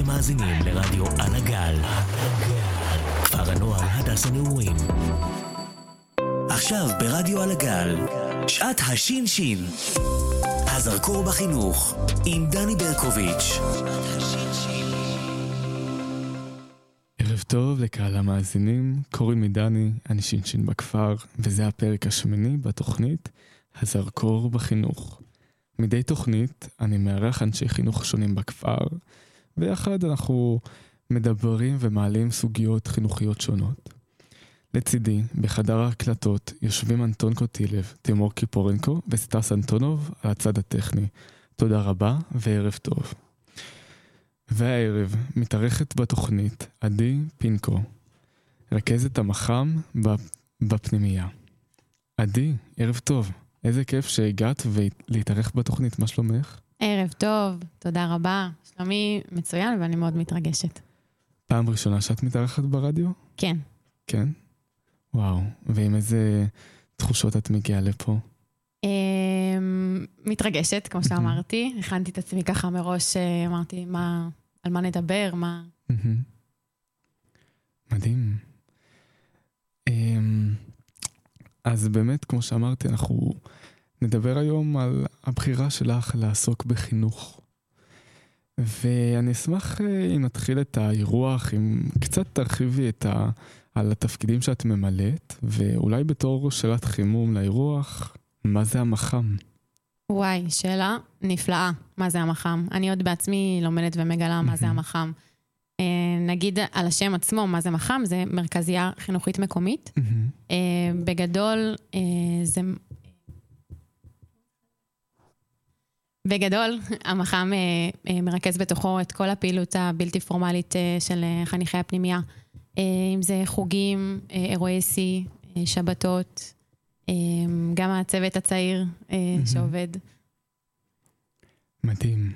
אתם מאזינים לרדיו על הגל. כפר הנוער הדס הנעורים. עכשיו ברדיו על הגל, שעת השין שין. הזרקור בחינוך, עם דני ברקוביץ'. ערב טוב לקהל המאזינים, קוראים לי דני, אני שין בכפר, וזה הפרק השמיני בתוכנית הזרקור בחינוך. מדי תוכנית אני מארח אנשי חינוך שונים בכפר, ויחד אנחנו מדברים ומעלים סוגיות חינוכיות שונות. לצידי, בחדר ההקלטות, יושבים אנטון קוטילב, תימור קיפורנקו וסטס אנטונוב על הצד הטכני. תודה רבה וערב טוב. והערב מתארחת בתוכנית עדי פינקו, רכזת המח"ם בפנימייה. עדי, ערב טוב. איזה כיף שהגעת ולהתארח בתוכנית, מה שלומך? ערב טוב, תודה רבה. שלומי מצוין ואני מאוד מתרגשת. פעם ראשונה שאת מתארחת ברדיו? כן. כן? וואו, ועם איזה תחושות את מגיעה לפה? מתרגשת, כמו שאמרתי. הכנתי את עצמי ככה מראש, אמרתי על מה נדבר, מה... מדהים. אז באמת, כמו שאמרתי, אנחנו נדבר היום על הבחירה שלך לעסוק בחינוך. ואני אשמח אם נתחיל את האירוח, אם קצת תרחיבי על התפקידים שאת ממלאת, ואולי בתור שאלת חימום לאירוח, מה זה המח"ם? וואי, שאלה נפלאה, מה זה המח"ם? אני עוד בעצמי לומדת ומגלה מה זה המח"ם. נגיד על השם עצמו, מה זה מח"ם? זה מרכזייה חינוכית מקומית. בגדול, בגדול, המח"ם מרכז בתוכו את כל הפעילות הבלתי פורמלית של חניכי הפנימייה. אם זה חוגים, אירועי סי, שבתות, גם הצוות הצעיר שעובד. מדהים.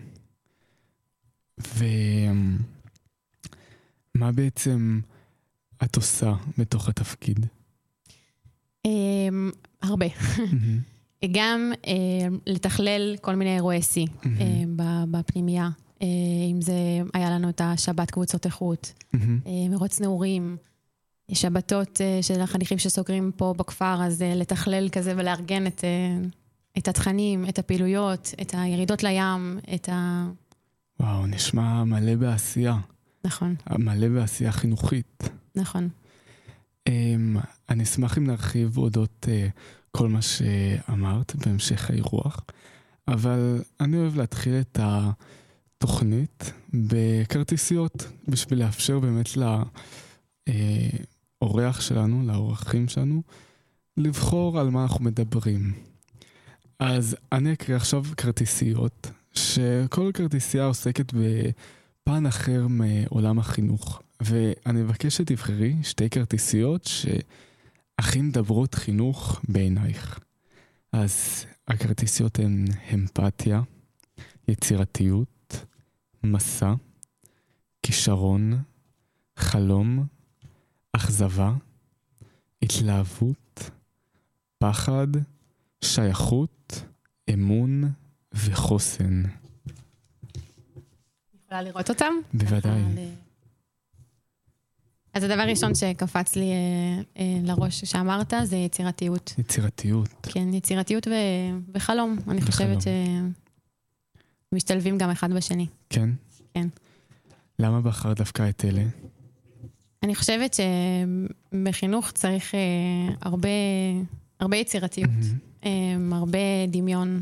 מה בעצם את עושה בתוך התפקיד? הרבה. גם לתכלל כל מיני אירועי סי בפנימייה. אם זה היה לנו את השבת קבוצות איכות, מרוץ נעורים, שבתות של החניכים שסוגרים פה בכפר, אז לתכלל כזה ולארגן את התכנים, את הפעילויות, את הירידות לים, את ה... וואו, נשמע מלא בעשייה. נכון. מלא בעשייה חינוכית. נכון. אני אשמח אם נרחיב אודות כל מה שאמרת בהמשך האירוח, אבל אני אוהב להתחיל את התוכנית בכרטיסיות, בשביל לאפשר באמת לאורח שלנו, לאורחים שלנו, לבחור על מה אנחנו מדברים. אז אני אקריא עכשיו כרטיסיות, שכל כרטיסייה עוסקת בפן אחר מעולם החינוך, ואני מבקש שתבחרי שתי כרטיסיות שהכי מדברות חינוך בעינייך. אז הכרטיסיות הן אמפתיה, יצירתיות, מסע, כישרון, חלום, אכזבה, התלהבות, פחד, שייכות, אמון וחוסן. יכולה לראות אותם? בוודאי. אז הדבר הראשון שקפץ לי לראש שאמרת זה יצירתיות. יצירתיות. כן, יצירתיות וחלום. אני חושבת שמשתלבים גם אחד בשני. כן? כן. למה בחר דווקא את אלה? אני חושבת שבחינוך צריך הרבה יצירתיות, הרבה דמיון,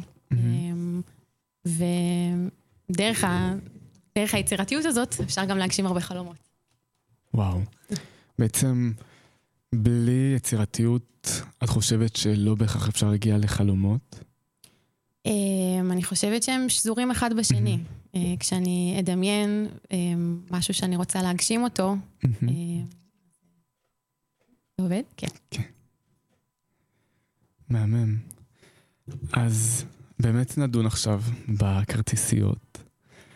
ודרך היצירתיות הזאת אפשר גם להגשים הרבה חלומות. וואו. בעצם בלי יצירתיות את חושבת שלא בהכרח אפשר להגיע לחלומות? אני חושבת שהם שזורים אחד בשני. כשאני אדמיין משהו שאני רוצה להגשים אותו, זה עובד? כן. כן. מהמם. אז באמת נדון עכשיו בכרטיסיות.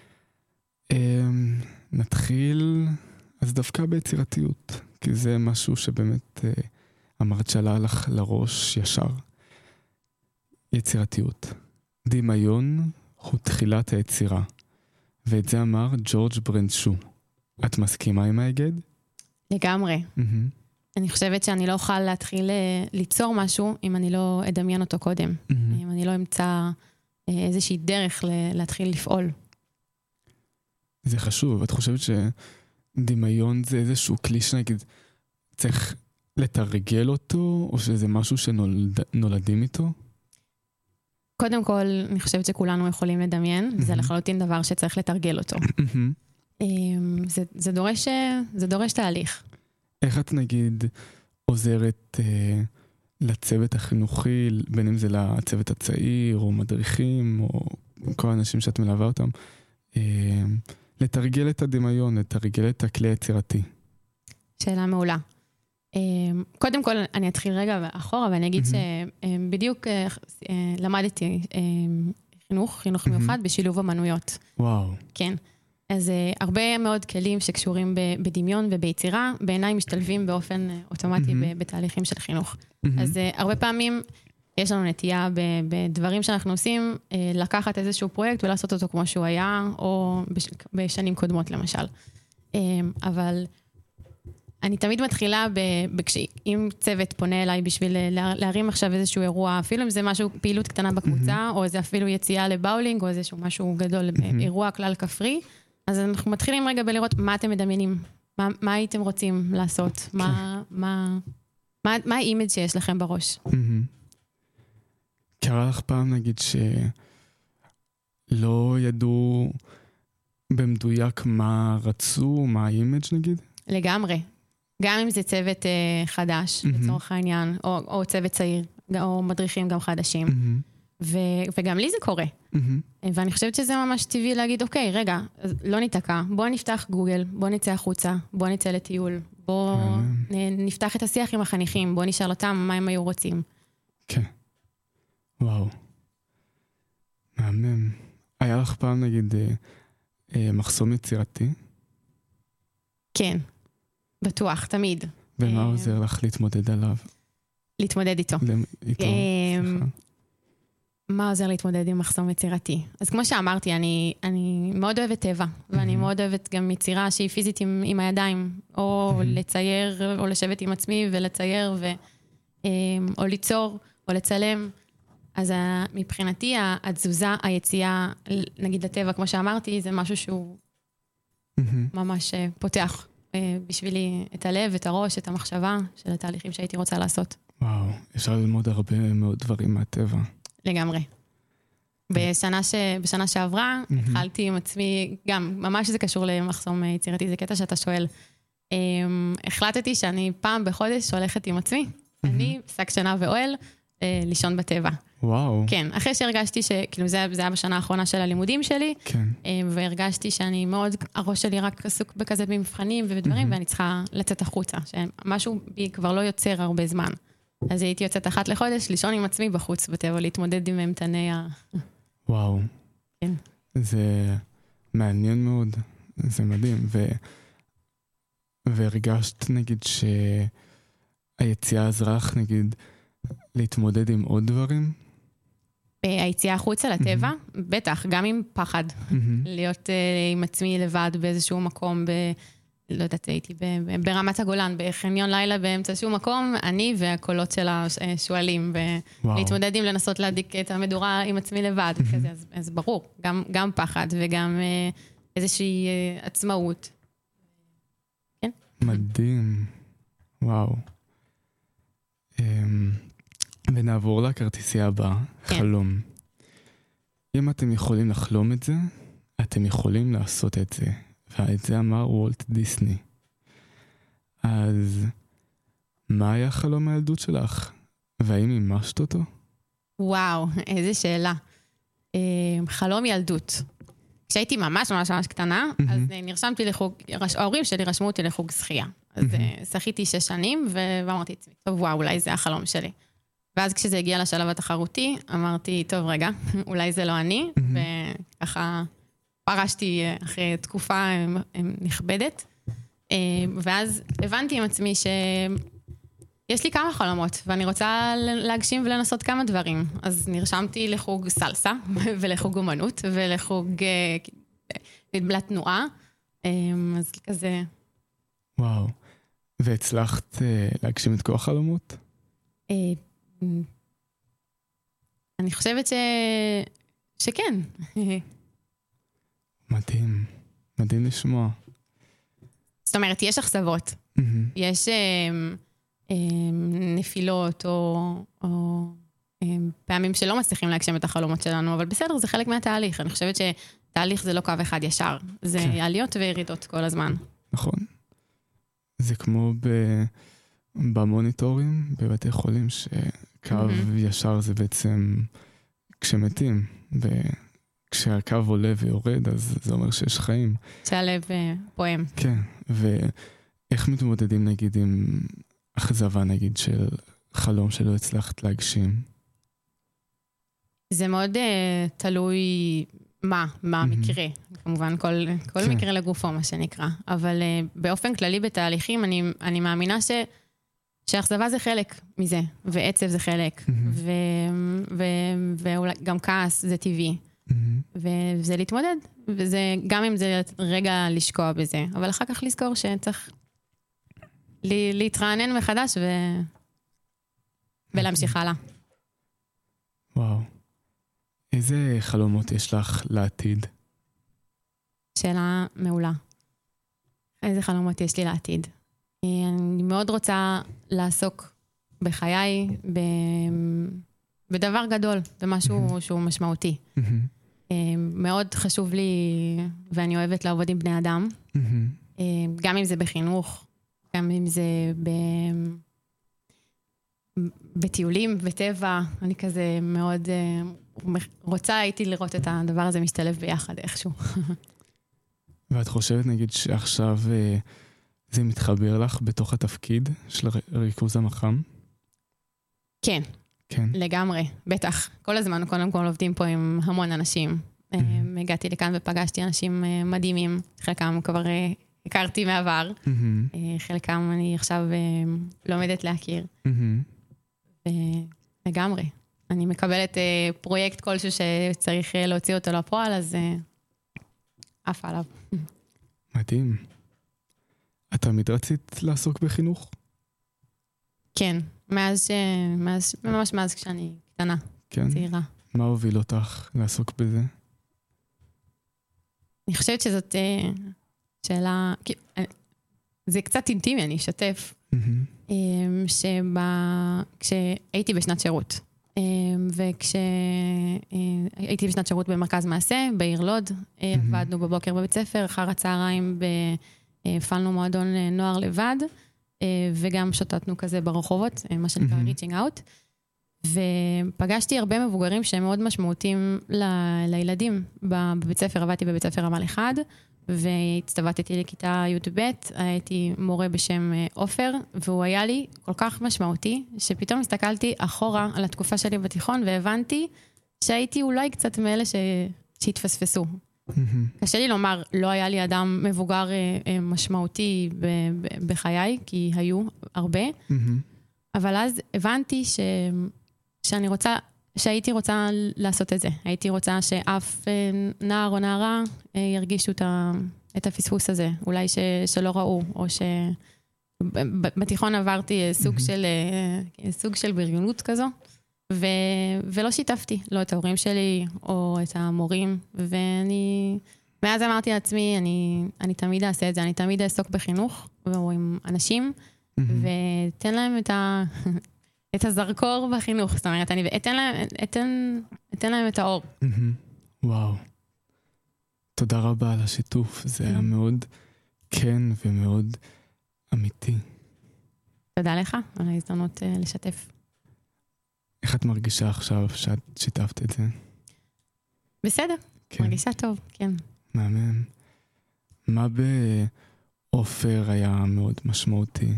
נתחיל אז דווקא ביצירתיות, כי זה משהו שבאמת אמרת שעלה לך לראש ישר. יצירתיות. דמיון הוא תחילת היצירה, ואת זה אמר ג'ורג' ברנדשו. את מסכימה עם ההיגד? לגמרי. אני חושבת שאני לא אוכל להתחיל ליצור משהו אם אני לא אדמיין אותו קודם. אם אני לא אמצא איזושהי דרך להתחיל לפעול. זה חשוב. את חושבת שדמיון זה איזשהו כלי שנגיד צריך לתרגל אותו, או שזה משהו שנולדים איתו? קודם כל, אני חושבת שכולנו יכולים לדמיין. זה לחלוטין דבר שצריך לתרגל אותו. זה דורש תהליך. איך את נגיד עוזרת לצוות החינוכי, בין אם זה לצוות הצעיר, או מדריכים, או כל האנשים שאת מלווה אותם, לתרגל את הדמיון, לתרגל את הכלי היצירתי? שאלה מעולה. קודם כל, אני אתחיל רגע אחורה, ואני אגיד שבדיוק למדתי חינוך מיוחד בשילוב אמנויות. וואו. כן. אז הרבה מאוד כלים שקשורים בדמיון וביצירה, בעיניי משתלבים באופן אוטומטי בתהליכים של חינוך. אז הרבה פעמים יש לנו נטייה בדברים שאנחנו עושים, לקחת איזשהו פרויקט ולעשות אותו כמו שהוא היה, או בשנים קודמות למשל. אבל אני תמיד מתחילה אם צוות פונה אליי בשביל להרים עכשיו איזשהו אירוע, אפילו אם זה משהו, פעילות קטנה בקבוצה, או זה אפילו יציאה לבאולינג, או איזשהו משהו גדול, אירוע כלל כפרי, אז אנחנו מתחילים רגע בלראות מה אתם מדמיינים, מה הייתם רוצים לעשות, מה האימג' שיש לכם בראש. קרה לך פעם נגיד שלא ידעו במדויק מה רצו, מה האימג' נגיד? לגמרי. גם אם זה צוות חדש, לצורך העניין, או צוות צעיר, או מדריכים גם חדשים. וגם לי זה קורה. ואני חושבת שזה ממש טבעי להגיד, אוקיי, רגע, לא ניתקע, בוא נפתח גוגל, בוא נצא החוצה, בוא נצא לטיול, בוא נפתח את השיח עם החניכים, בוא נשאל אותם מה הם היו רוצים. כן. וואו. מהמם. היה לך פעם, נגיד, מחסום יצירתי? כן. בטוח, תמיד. ומה עוזר לך להתמודד עליו? להתמודד איתו. איתו, סליחה. מה עוזר להתמודד עם מחסום יצירתי? אז כמו שאמרתי, אני מאוד אוהבת טבע, ואני מאוד אוהבת גם יצירה שהיא פיזית עם הידיים, או לצייר, או לשבת עם עצמי ולצייר, או ליצור, או לצלם. אז מבחינתי, התזוזה, היציאה, נגיד לטבע, כמו שאמרתי, זה משהו שהוא ממש פותח בשבילי את הלב, את הראש, את המחשבה של התהליכים שהייתי רוצה לעשות. וואו, אפשר ללמוד הרבה מאוד דברים מהטבע. לגמרי. בשנה שעברה, התחלתי עם עצמי, גם ממש זה קשור למחסום יצירתי, זה קטע שאתה שואל. החלטתי שאני פעם בחודש הולכת עם עצמי, אני, שק שינה ואוהל, לישון בטבע. וואו. כן, אחרי שהרגשתי שכאילו זה היה בשנה האחרונה של הלימודים שלי, כן. והרגשתי שאני מאוד, הראש שלי רק עסוק בכזה במבחנים ובדברים, ואני צריכה לצאת החוצה, שמשהו בי כבר לא יוצר הרבה זמן. אז הייתי יוצאת אחת לחודש, לישון עם עצמי בחוץ בטבע, להתמודד עם אמתני וואו. כן. זה מעניין מאוד, זה מדהים, והרגשת נגיד שהיציאה עזרה לך נגיד להתמודד עם עוד דברים? היציאה החוצה לטבע, בטח, גם עם פחד. להיות עם עצמי לבד באיזשהו מקום, לא יודעת, הייתי ברמת הגולן, בחניון לילה באמצע שום מקום, אני והקולות של השואלים, ולהתמודד עם לנסות להדיק את המדורה עם עצמי לבד, וכזה, אז ברור, גם פחד וגם איזושהי עצמאות. כן? מדהים. וואו. ונעבור לכרטיסייה הבאה, חלום. אם אתם יכולים לחלום את זה, אתם יכולים לעשות את זה. ואת זה אמר וולט דיסני. אז מה היה חלום הילדות שלך? והאם מימשת אותו? וואו, איזה שאלה. חלום ילדות. כשהייתי ממש קטנה, אז נרשמתי לחוג, ההורים שלי רשמו אותי לחוג שחייה. אז שחיתי 6 שנים, ואמרתי לעצמי, טוב, וואו, אולי זה החלום שלי. ואז כשזה הגיע לשלב התחרותי, אמרתי, טוב, רגע, אולי זה לא אני, וככה פרשתי אחרי תקופה נכבדת, ואז הבנתי עם עצמי שיש לי כמה חלומות, ואני רוצה להגשים ולנסות כמה דברים. אז נרשמתי לחוג סלסה, ולחוג אומנות, ולחוג לתנועה, אז כזה... וואו. והצלחת להגשים את כל החלומות? אני חושבת שכן. מדהים. מדהים לשמוע. זאת אומרת, יש אכזבות. יש נפילות או פעמים שלא מצליחים להגשים את החלומות שלנו, אבל בסדר, זה חלק מהתהליך. אני חושבת שתהליך זה לא קו אחד ישר. זה עליות וירידות כל הזמן. נכון. זה כמו במוניטורים, בבתי חולים, שקו ישר זה בעצם כשמתים, וכשהקו עולה ויורד, אז זה אומר שיש חיים. שהלב פועם. כן, ואיך מתמודדים נגיד עם אכזבה נגיד של חלום שלא הצלחת להגשים? זה מאוד תלוי מה המקרה. כמובן, כל מקרה לגופו, מה שנקרא. אבל באופן כללי בתהליכים, אני מאמינה שאכזבה זה חלק מזה, ועצב זה חלק, וגם כעס זה טבעי. וזה להתמודד, וזה גם אם זה רגע לשקוע בזה, אבל אחר כך לזכור שצריך להתרענן מחדש ולהמשיך הלאה. וואו. איזה חלומות יש לך לעתיד? שאלה מעולה. איזה חלומות יש לי לעתיד? אני מאוד רוצה לעסוק בחיי, בדבר גדול, במשהו שהוא משמעותי. מאוד חשוב לי, ואני אוהבת לעבוד עם בני אדם, גם אם זה בחינוך, גם אם זה בטיולים, בטבע, אני כזה מאוד רוצה, הייתי לראות את הדבר הזה משתלב ביחד איכשהו. ואת חושבת נגיד שעכשיו זה מתחבר לך בתוך התפקיד של ריכוז המח"מ? כן. כן. לגמרי, בטח. כל הזמן, קודם כל עובדים פה עם המון אנשים. הגעתי לכאן ופגשתי אנשים מדהימים, חלקם כבר הכרתי מעבר, חלקם אני עכשיו לומדת להכיר. לגמרי. אני מקבלת פרויקט כלשהו שצריך להוציא אותו לפועל, אז אף עליו. מדהים. את תמיד רצית לעסוק בחינוך? כן, ממש מאז כשאני קטנה, כן? צעירה. מה הוביל אותך לעסוק בזה? אני חושבת שזאת שאלה, זה קצת אינטימי, אני אשתף, כשהייתי בשנת שירות, וכשהייתי בשנת שירות במרכז מעשה, בעיר לוד, עבדנו בבוקר בבית ספר, אחר הצהריים הפעלנו מועדון נוער לבד, וגם שוטטנו כזה ברחובות, מה שנקרא reaching out, ופגשתי הרבה מבוגרים שהם מאוד משמעותיים לילדים בבית ספר, עבדתי בבית ספר רמל 1, והצטוותתי לכיתה י"ב, הייתי מורה בשם עופר, והוא היה לי כל כך משמעותי, שפתאום הסתכלתי אחורה על התקופה שלי בתיכון, והבנתי שהייתי אולי קצת מאלה שהתפספסו. קשה לי לומר, לא היה לי אדם מבוגר משמעותי בחיי, כי היו הרבה, אבל אז הבנתי שהייתי רוצה לעשות את זה. הייתי רוצה שאף נער או נערה ירגישו את הפספוס הזה. אולי שלא ראו, או שבתיכון עברתי סוג של בריונות כזו, ולא שיתפתי, לא את ההורים שלי או את המורים, מאז אמרתי לעצמי, אני תמיד אעשה את זה, אני תמיד אעסוק בחינוך, ועם אנשים, ותן להם את הזרקור בחינוך, זאת אומרת, אני אתן להם את האור. וואו. תודה רבה על השיתוף, זה היה מאוד כן ומאוד אמיתי. תודה לך על ההזדמנות לשתף. איך את מרגישה עכשיו שאת שיתפת את זה? בסדר, מרגישה טוב, כן. מהמם. מה בעופר היה מאוד משמעותי?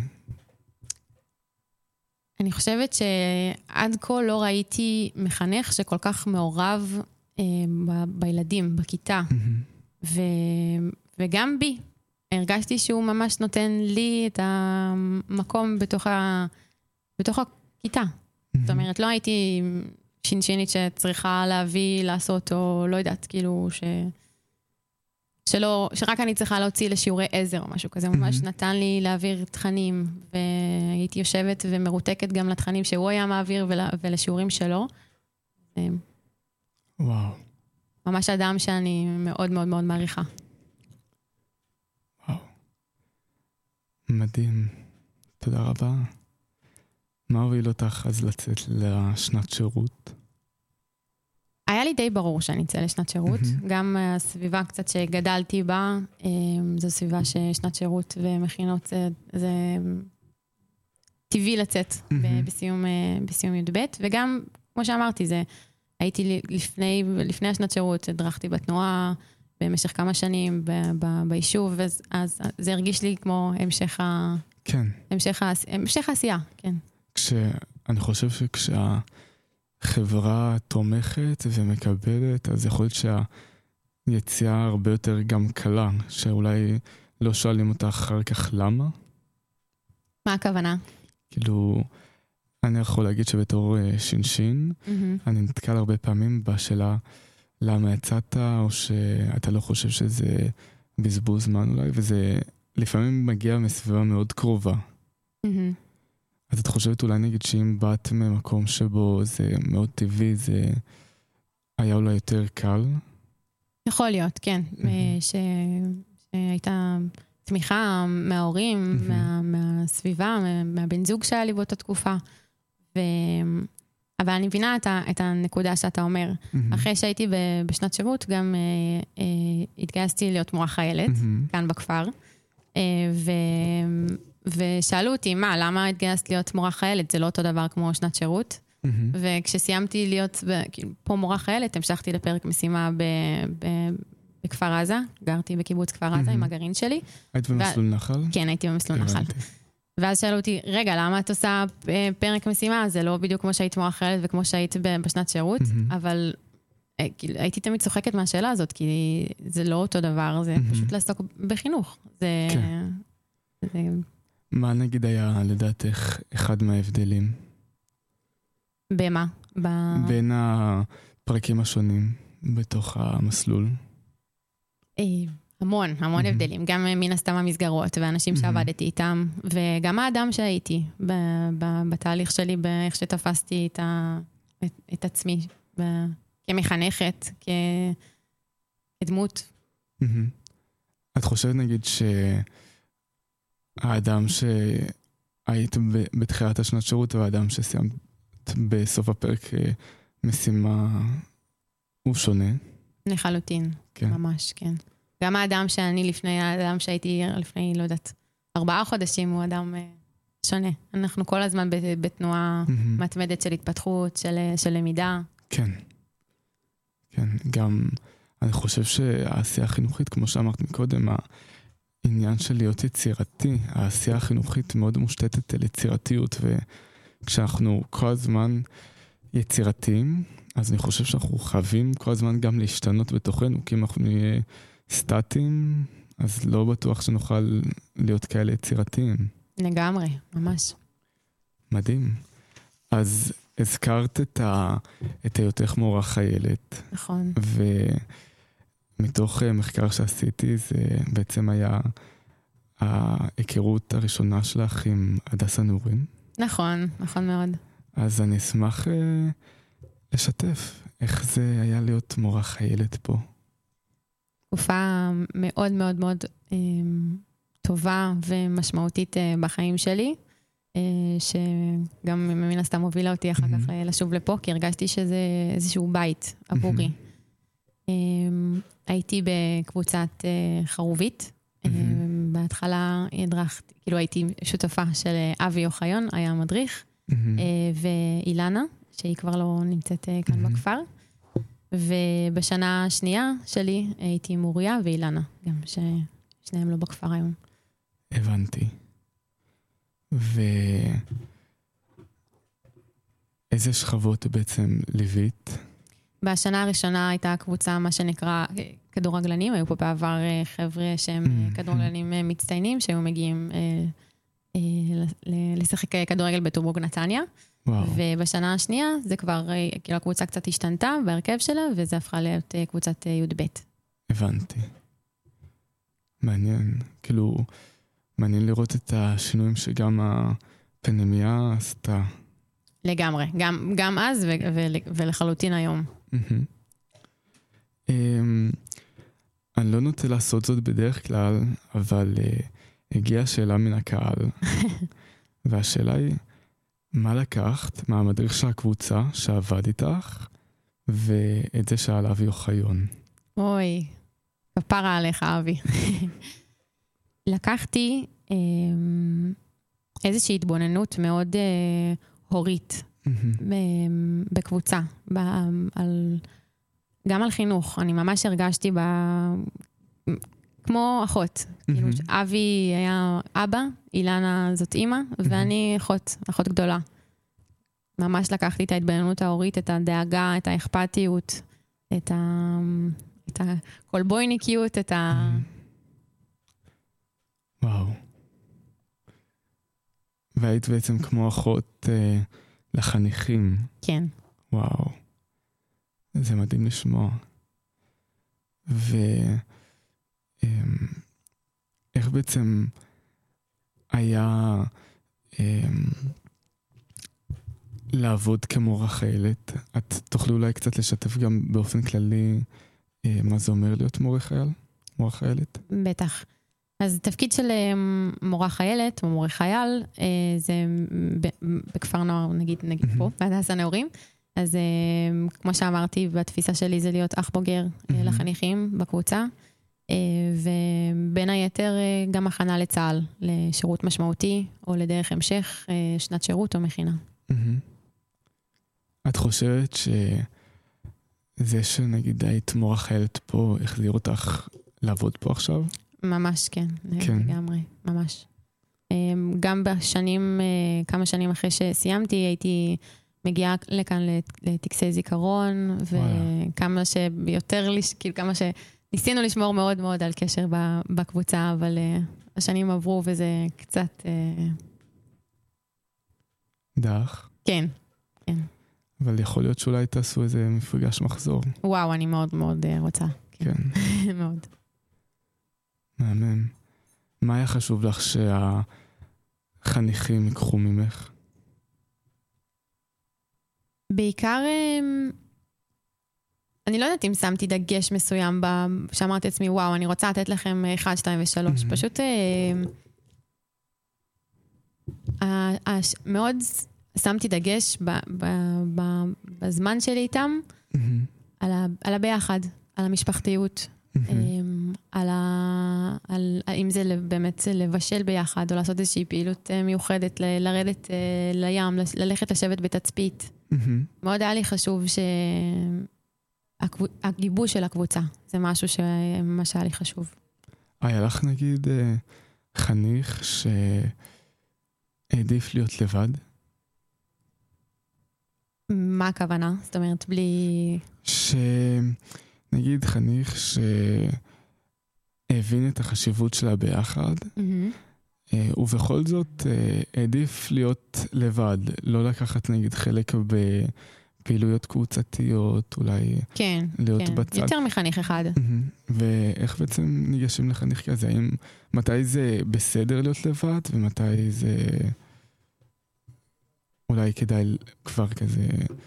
אני חושבת שעד כה לא ראיתי מחנך שכל כך מעורב בילדים, בכיתה. וגם בי. הרגשתי שהוא ממש נותן לי את המקום בתוך הכיתה. זאת אומרת, לא הייתי שינשינית שצריכה להביא, לעשות, או לא יודעת, כאילו שרק אני צריכה להוציא לשיעורי עזר או משהו כזה, ממש נתן לי להעביר תכנים, והייתי יושבת ומרותקת גם לתכנים שהוא היה מעביר ולשיעורים שלו. וואו. ממש אדם שאני מאוד מאוד מאוד מעריכה. וואו. מדהים. תודה רבה. מה הוביל אותך אז לצאת לשנת שירות? היה לי די ברור שאני אצא לשנת שירות. גם הסביבה קצת שגדלתי בה, זו סביבה ששנת שירות ומכינות, זה טבעי לצאת בסיום י"ב. וגם, כמו שאמרתי, הייתי לפני השנת שירות, הדרכתי בתנועה במשך כמה שנים ביישוב, אז זה הרגיש לי כמו המשך העשייה, כן. אני חושב כשהחברה תומכת ומקבלת, אז יכול להיות שהיציאה הרבה יותר גם קלה, שאולי לא שואלים אותה אחר כך למה. מה הכוונה? כאילו, אני יכול להגיד שבתור שינשין, אני נתקל הרבה פעמים בשאלה למה יצאת, או שאתה לא חושב שזה בזבוז זמן אולי, וזה לפעמים מגיע מסביבה מאוד קרובה. אז את חושבת אולי נגיד שאם באת ממקום שבו זה מאוד טבעי, זה היה אולי יותר קל? יכול להיות, כן. שהייתה תמיכה מההורים, מהסביבה, מהבן זוג שהיה לי באותה תקופה. אבל אני מבינה את הנקודה שאתה אומר. אחרי שהייתי בשנת שירות, גם התגייסתי להיות מורה חיילת, כאן בכפר. ושאלו אותי, למה התגייסת להיות מורה חיילת? זה לא אותו דבר כמו שנת שירות. וכשסיימתי להיות פה מורה חיילת, המשכתי לפרק משימה בכפר עזה. גרתי בקיבוץ כפר עזה עם הגרעין שלי. היית במסלול נחל? כן, הייתי במסלול נחל. ואז שאלו אותי, רגע, למה את עושה פרק משימה? זה לא בדיוק כמו שהיית מורה חיילת וכמו שהיית בשנת שירות, אבל הייתי תמיד צוחקת מהשאלה הזאת, כי זה לא אותו דבר, זה פשוט לעסוק בחינוך. מה נגיד היה לדעתך אחד מההבדלים? במה? בין הפרקים השונים בתוך המסלול? המון הבדלים. גם מן הסתם המסגרות ואנשים שעבדתי איתם, וגם האדם שהייתי בתהליך שלי, באיך שתפסתי את עצמי כמחנכת, כדמות. את חושבת נגיד האדם שהיית בתחילת השנת שירות והאדם שסיימת בסוף הפרק משימה הוא שונה? לחלוטין, ממש, כן. גם האדם לפני האדם שהייתי לפני, לא יודעת, 4 חודשים הוא אדם שונה. אנחנו כל הזמן בתנועה מתמדת של התפתחות, של למידה. כן. כן, גם אני חושב שהעשייה החינוכית, כמו שאמרת מקודם, העניין של להיות יצירתי, העשייה החינוכית מאוד מושתתת על יצירתיות, וכשאנחנו כל הזמן יצירתיים, אז אני חושב שאנחנו חייבים כל הזמן גם להשתנות בתוכנו, כי אם אנחנו נהיה סטטיים, אז לא בטוח שנוכל להיות כאלה יצירתיים. לגמרי, ממש. מדהים. אז הזכרת את היותך מורה חיילת. נכון. ומתוך מחקר שעשיתי, זה בעצם היה ההיכרות הראשונה שלך עם הדס הנעורים. נכון, נכון מאוד. אז אני אשמח לשתף איך זה היה להיות מורה חיילת פה. תקופה מאוד מאוד מאוד טובה ומשמעותית בחיים שלי, שגם מן הסתם הובילה אותי אחר כך לשוב לפה, כי הרגשתי שזה איזשהו בית עבורי. הייתי בקבוצת חרובית, בהתחלה הדרכתי, כאילו הייתי שותפה של אבי אוחיון, היה מדריך, ואילנה, שהיא כבר לא נמצאת כאן בכפר, ובשנה השנייה שלי הייתי עם אוריה ואילנה, גם ששניהם לא בכפר היום. הבנתי. ואיזה שכבות בעצם ליווית? בשנה הראשונה הייתה קבוצה, מה שנקרא כדורגלנים, היו פה בעבר חבר'ה שהם כדורגלנים מצטיינים, שהיו מגיעים לשחק כדורגל בטורבורג נתניה. ובשנה השנייה זה כבר, כאילו הקבוצה קצת השתנתה בהרכב שלה, וזה הפכה להיות קבוצת י"ב. הבנתי. מעניין, כאילו, מעניין לראות את השינויים שגם הפנימיה עשתה. לגמרי, גם אז ולחלוטין היום. אני לא נוטה לעשות זאת בדרך כלל, אבל הגיעה שאלה מן הקהל, והשאלה היא, מה לקחת מהמדריך של הקבוצה שעבד איתך, ואת זה שאל אבי אוחיון? אוי, כפרה עליך אבי. לקחתי איזושהי התבוננות מאוד הורית בקבוצה, גם על חינוך. אני ממש הרגשתי כמו אחות. כאילו, אבי היה אבא, אילנה זאת אימא, ואני אחות גדולה. ממש לקחתי את ההתבוננות ההורית, את הדאגה, את האכפתיות, את הקולבויניקיות, וואו. והיית בעצם כמו אחות לחניכים. כן. וואו. זה מדהים לשמוע. איך בעצם היה לעבוד כמו רחלת? את תוכלי אולי קצת לשתף גם באופן כללי מה זה אומר להיות מורה חיילת? בטח. אז תפקיד של מורה חיילת או מורה חייל, זה בכפר נוער, נגיד פה, בהדסה נעורים. אז כמו שאמרתי, בתפיסה שלי זה להיות אח בוגר לחניכים בקבוצה, ובין היתר גם הכנה לצה"ל, לשירות משמעותי, או לדרך המשך, שנת שירות או מכינה. את חושבת שזה שנגיד היית מורה חיילת פה, החזיר אותך לעבוד פה עכשיו? ממש כן, לגמרי, ממש. גם בשנים, כמה שנים אחרי שסיימתי, הייתי מגיעה לכאן לטקסי זיכרון, וכמה שיותר, כאילו כמה שניסינו לשמור מאוד מאוד על קשר בקבוצה, אבל השנים עברו וזה קצת... דרך? כן, כן. אבל יכול להיות שאולי תעשו איזה מפגש מחזור. וואו, אני מאוד מאוד רוצה. כן. מאוד. מהמם. מה היה חשוב לך שהחניכים ייקחו ממך? בעיקר, אני לא יודעת אם שמתי דגש מסוים שאמרתי לעצמי, וואו, אני רוצה לתת לכם 1, 2 ו-3. פשוט מאוד שמתי דגש בזמן שלי איתם על הביחד, על המשפחתיות. אם זה באמת לבשל ביחד, או לעשות איזושהי פעילות מיוחדת, לרדת לים, ללכת לשבת בתצפית. מאוד היה לי חשוב שהגיבוש של הקבוצה, זה משהו שממש היה לי חשוב. היה לך נגיד חניך שהעדיף להיות לבד? מה הכוונה? זאת אומרת, בלי... נגיד חניך שהבין את החשיבות שלה ביחד, ובכל זאת העדיף להיות לבד, לא לקחת נגיד חלק בפעילויות קבוצתיות, אולי להיות בצד. כן, יותר מחניך אחד. ואיך בעצם ניגשים לחניך כזה? מתי זה בסדר להיות לבד, ומתי זה אולי כדאי כבר כזה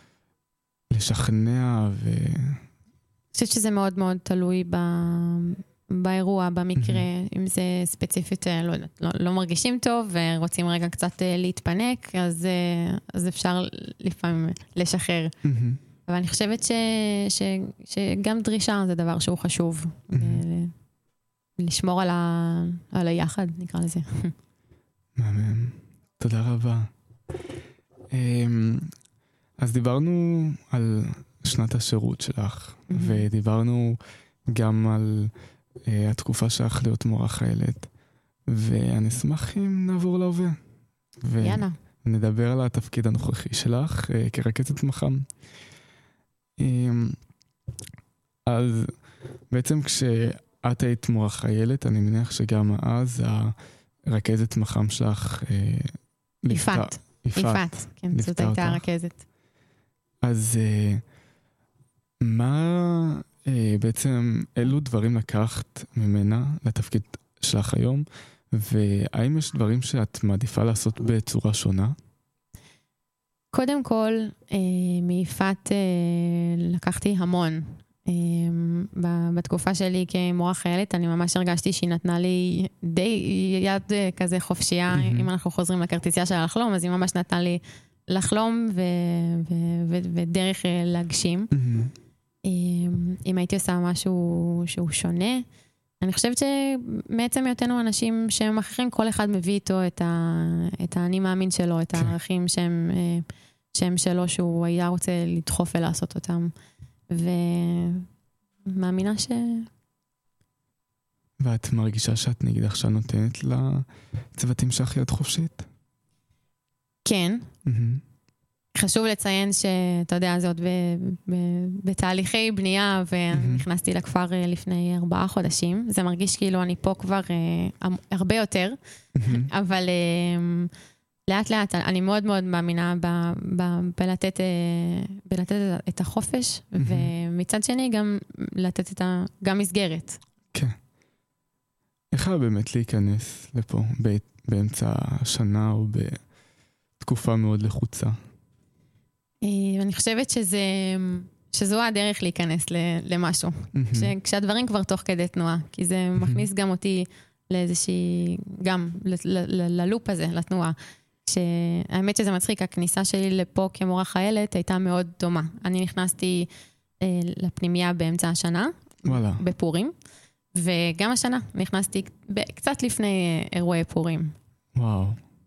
לשכנע אני חושבת שזה מאוד מאוד תלוי באירוע, במקרה, אם זה ספציפית, לא מרגישים טוב, ורוצים רגע קצת להתפנק, אז אפשר לפעמים לשחרר. אבל אני חושבת שגם דרישה זה דבר שהוא חשוב, לשמור על היחד, נקרא לזה. מהמם. תודה רבה. אז דיברנו על שנת השירות שלך, ודיברנו גם על התקופה שלך להיות מורה חיילת, ואני אשמח אם נעבור להווה. יאללה. ונדבר על התפקיד הנוכחי שלך כרכזת מח"מ. אז בעצם כשאת היית מורה חיילת, אני מניח שגם אז הרכזת מח"מ שלך יפעת, כן, זאת הייתה הרכזת. אז מה בעצם אילו דברים לקחת ממנה לתפקיד שלך היום, והאם יש דברים שאת מעדיפה לעשות בצורה שונה? קודם כל, מיפת לקחתי המון. בתקופה שלי כמורה חיילת, אני ממש הרגשתי שהיא נתנה לי די יד כזה חופשייה, אם אנחנו חוזרים לכרטיסייה של לחלום, אז היא ממש נתנה לי לחלום ודרך להגשים. אם הייתי עושה משהו שהוא שונה, אני חושבת שמעצם היותנו אנשים שהם אחרים, כל אחד מביא איתו את האני מאמין שלו, את הערכים שהם שלו, שהוא היה רוצה לדחוף ולעשות אותם. ומאמינה ואת מרגישה שאת נגיד עכשיו נותנת לצוותים שלך יד חופשית? כן. חשוב לציין שאתה יודע, זה עוד בתהליכי בנייה, ונכנסתי לכפר לפני 4 חודשים. זה מרגיש כאילו אני פה כבר הרבה יותר, אבל לאט לאט, אני מאוד מאוד מאמינה בלתת את החופש, ומצד שני גם לתת גם מסגרת. כן. איך באמת להיכנס לפה באמצע השנה או בתקופה מאוד לחוצה? אני חושבת שזו הדרך להיכנס למשהו. כשהדברים כבר תוך כדי תנועה, כי זה מכניס גם אותי לאיזושהי, גם ללופ הזה, לתנועה. שהאמת שזה מצחיק, הכניסה שלי לפה כמורה חיילת הייתה מאוד דומה. אני נכנסתי לפנימיה באמצע השנה, בפורים, וגם השנה נכנסתי קצת לפני אירועי פורים. וואו.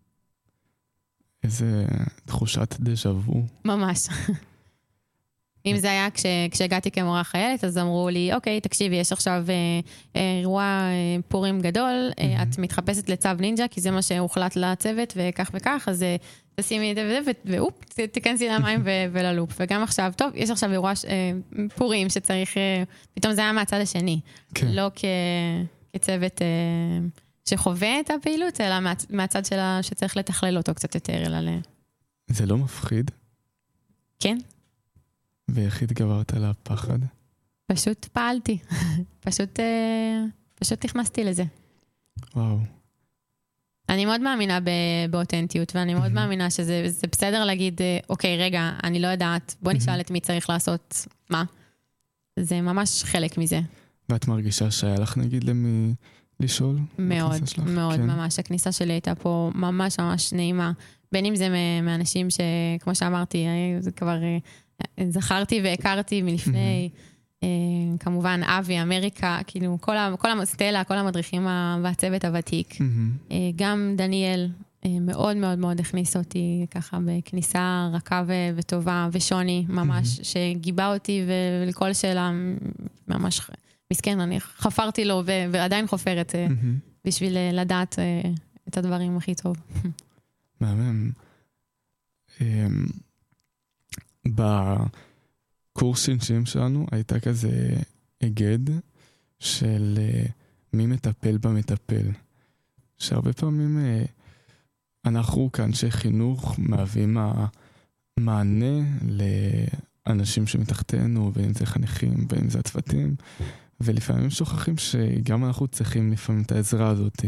איזה תחושת דז'ה וו. ממש. אם זה היה כשהגעתי כמורה חיילת, אז אמרו לי, אוקיי, תקשיבי, יש עכשיו אירוע פורים גדול, את מתחפשת לצו נינג'ה, כי זה מה שהוחלט לצוות, וכך וכך, אז תשימי את זה, ואופ, תיכנסי למים וללופ. וגם עכשיו, טוב, יש עכשיו אירוע פורים שצריך, פתאום זה היה מהצד השני. לא כצוות שחווה את הפעילות, אלא מהצד שלה שצריך לתכלל אותו קצת יותר, אלא זה לא מפחיד? כן. ואיך התגברת על הפחד? פשוט פעלתי. פשוט נכנסתי לזה. וואו. אני מאוד מאמינה באותנטיות, ואני מאוד מאמינה שזה בסדר להגיד, אוקיי, רגע, אני לא יודעת, בוא נשאל את מי צריך לעשות מה. זה ממש חלק מזה. ואת מרגישה שהיה לך נגיד למי לשאול? מאוד, מאוד, ממש. הכניסה שלי הייתה פה ממש ממש נעימה. בין אם זה מאנשים שכמו שאמרתי, זה כבר זכרתי והכרתי מלפני, כמובן אבי, אמריקה, כאילו כל המסטלה, כל המדריכים והצוות הוותיק. גם דניאל מאוד מאוד מאוד הכניס אותי ככה בכניסה רכה וטובה, ושוני ממש, שגיבה אותי ולכל שאלה ממש מסכן, אני חפרתי לו ועדיין חופרת בשביל לדעת את הדברים הכי טוב. מהמם. בקורס שינשים שלנו הייתה כזה אגד של מי מטפל במטפל. שהרבה פעמים אנחנו כאנשי חינוך מהווים מענה לאנשים שמתחתנו, ואם זה חניכים, ואם זה הצוותים, ולפעמים שוכחים שגם אנחנו צריכים לפעמים את העזרה הזאת.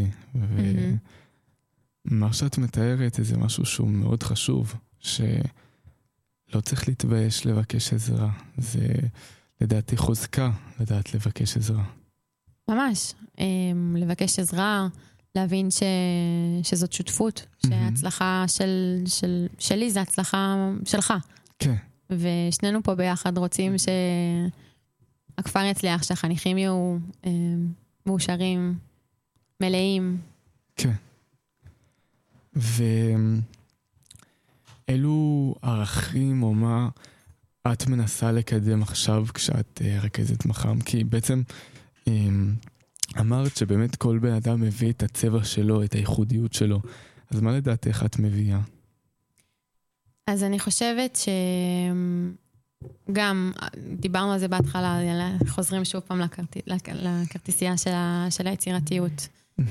ומה שאת מתארת זה משהו שהוא מאוד חשוב, שלא צריך להתבייש לבקש עזרה. זה לדעתי חוזקה לדעת לבקש עזרה. ממש. לבקש עזרה, להבין שזאת שותפות, שההצלחה שלי זה הצלחה שלך. כן. ושנינו פה ביחד רוצים שהכפר יצליח, שהחניכים יהיו מאושרים, מלאים. כן. ואילו ערכים או מה את מנסה לקדם עכשיו כשאת רכזת מח"מ? כי בעצם אמרת שבאמת כל בן אדם מביא את הצבע שלו, את הייחודיות שלו. אז מה לדעתך את מביאה? אז אני חושבת שגם דיברנו על זה בהתחלה, חוזרים שוב פעם לכרטיסייה של היצירתיות.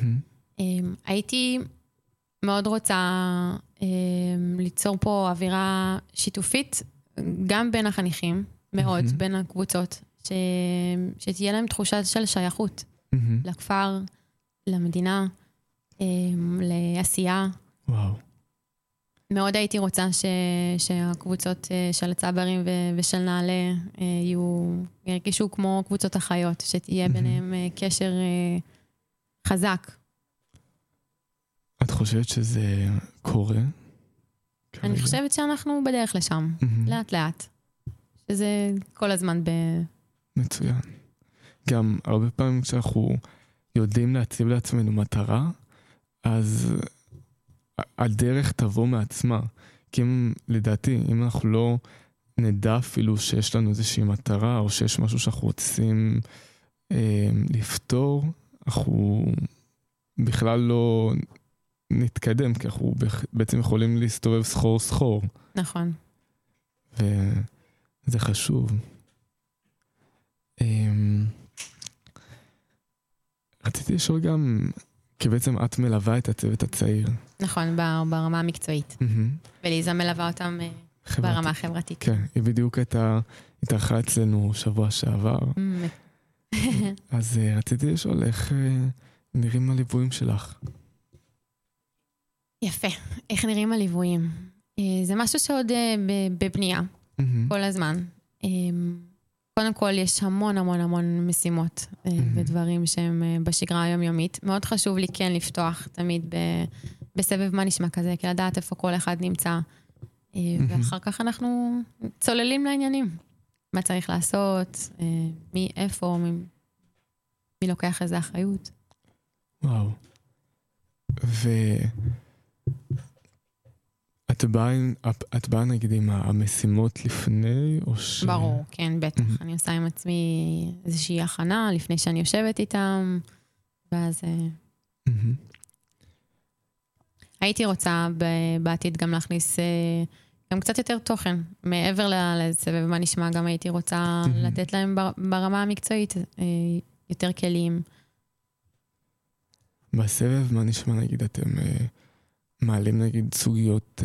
הייתי מאוד רוצה ליצור פה אווירה שיתופית, גם בין החניכים, מאוד, בין הקבוצות, שתהיה להם תחושה של שייכות לכפר, למדינה, לעשייה. וואו. מאוד הייתי רוצה שהקבוצות של הצברים ושל נעלה ירגישו כמו קבוצות החיות, שתהיה ביניהם קשר חזק. את חושבת שזה קורה? אני חושבת שאנחנו בדרך לשם, לאט לאט. שזה כל הזמן מצוין. גם הרבה פעמים כשאנחנו יודעים להציב לעצמנו מטרה, אז הדרך תבוא מעצמה. כי לדעתי, אם אנחנו לא נדע אפילו שיש לנו איזושהי מטרה, או שיש משהו שאנחנו רוצים לפתור, אנחנו בכלל לא נתקדם, כי אנחנו בעצם יכולים להסתובב סחור. נכון. וזה חשוב. רציתי לשאול גם, כי בעצם את מלווה את הצוות הצעיר. נכון, ברמה המקצועית. וליזה מלווה אותם ברמה החברתית. כן, היא בדיוק התארחה אצלנו שבוע שעבר. אז רציתי לשאול איך נראים הליוויים שלך. יפה, איך נראים הליוויים? זה משהו שעוד בבנייה, כל הזמן. קודם כל, יש המון משימות ודברים שהם בשגרה היומיומית. מאוד חשוב לי כן לפתוח תמיד בסבב מה נשמע כזה, כי לדעת איפה כל אחד נמצא. ואחר כך אנחנו צוללים לעניינים. מה צריך לעשות, מי איפה, מי לוקח איזה אחריות. וואו. את באה נגיד עם המשימות לפני או ש... ברור, כן, בטח. אני עושה עם עצמי איזושהי הכנה לפני שאני יושבת איתם, ואז... הייתי רוצה בעתיד גם להכניס גם קצת יותר תוכן. מעבר לסבב מה נשמע, גם הייתי רוצה לתת להם ברמה המקצועית יותר כלים. בסבב מה נשמע נגיד אתם... מעלים נגיד סוגיות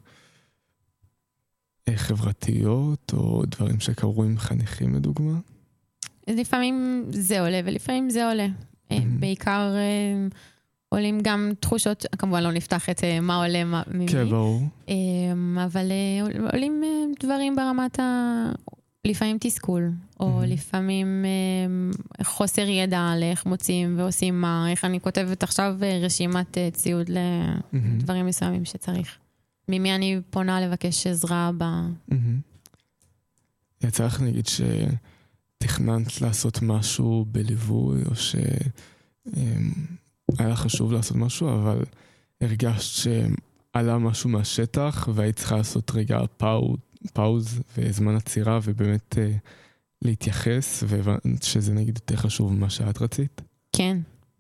חברתיות או דברים שקרו עם חניכים לדוגמה? לפעמים זה עולה ולפעמים זה עולה. בעיקר עולים גם תחושות, כמובן לא נפתח את מה עולה ממי. כן, ברור. אבל עולים דברים ברמת לפעמים תסכול, או לפעמים חוסר ידע על איך מוצאים ועושים מה, איך אני כותבת עכשיו רשימת ציוד לדברים מסוימים שצריך. ממי אני פונה לבקש עזרה יצא לך נגיד שתכננת לעשות משהו בליווי, או שהיה חשוב לעשות משהו, אבל הרגשת שעלה משהו מהשטח, והיית צריכה לעשות רגע פאוז וזמן עצירה, ובאמת להתייחס, שזה נגיד יותר חשוב ממה שאת רצית? כן.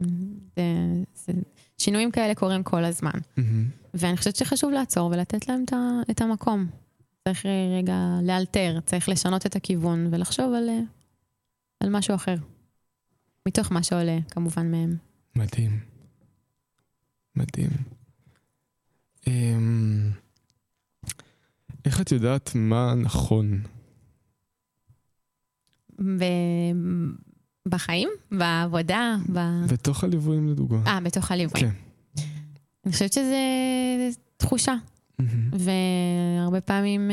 שינויים כאלה קורים כל הזמן. ואני חושבת שחשוב לעצור ולתת להם את המקום. צריך רגע לאלתר, צריך לשנות את הכיוון ולחשוב על משהו אחר. מתוך מה שעולה, כמובן מהם. מדהים. מדהים. איך את יודעת מה נכון? בחיים? בעבודה? בתוך הליוויים לדוגמה. בתוך הליוויים. כן. אני חושבת שזה תחושה. והרבה פעמים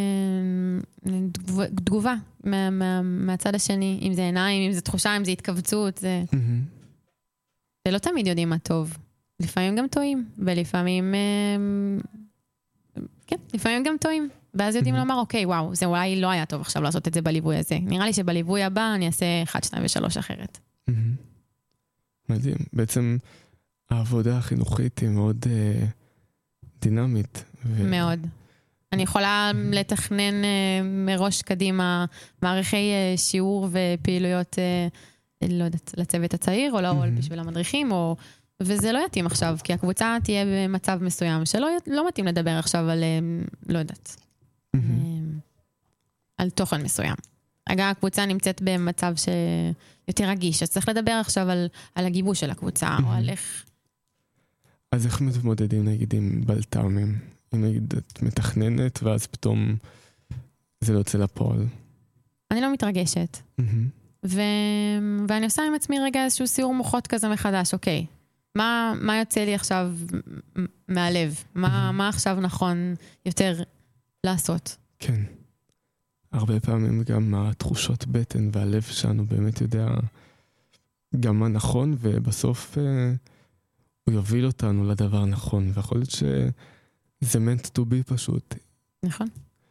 תגובה מהצד השני, אם זה עיניים, אם זה תחושה, אם זה התכווצות. זה לא תמיד יודעים מה טוב. לפעמים גם טועים, ולפעמים... כן, לפעמים גם טועים. ואז יודעים לומר, אוקיי, וואו, זה אולי לא היה טוב עכשיו לעשות את זה בליווי הזה. נראה לי שבליווי הבא אני אעשה 1, 2 ו3 אחרת. מדהים. בעצם העבודה החינוכית היא מאוד דינמית. מאוד. אני יכולה לתכנן מראש קדימה מערכי שיעור ופעילויות, לא יודעת, לצוות הצעיר, או לא בשביל המדריכים, וזה לא יתאים עכשיו, כי הקבוצה תהיה במצב מסוים, שלא מתאים לדבר עכשיו על, לא יודעת, על תוכן מסוים. רגע, הקבוצה נמצאת במצב שיותר רגיש, אז צריך לדבר עכשיו על הגיבוש של הקבוצה, או על איך... אז איך מתמודדים נגיד עם בלת"מים? אם נגיד את מתכננת, ואז פתאום זה לא יוצא לפועל. אני לא מתרגשת. ואני עושה עם עצמי רגע איזשהו סיור מוחות כזה מחדש, אוקיי. מה יוצא לי עכשיו מהלב? מה עכשיו נכון יותר לעשות? כן. הרבה פעמים גם התחושות בטן והלב שלנו באמת יודע גם מה נכון, ובסוף הוא יוביל אותנו לדבר הנכון, ויכול להיות שזה meant to be פשוט. נכון.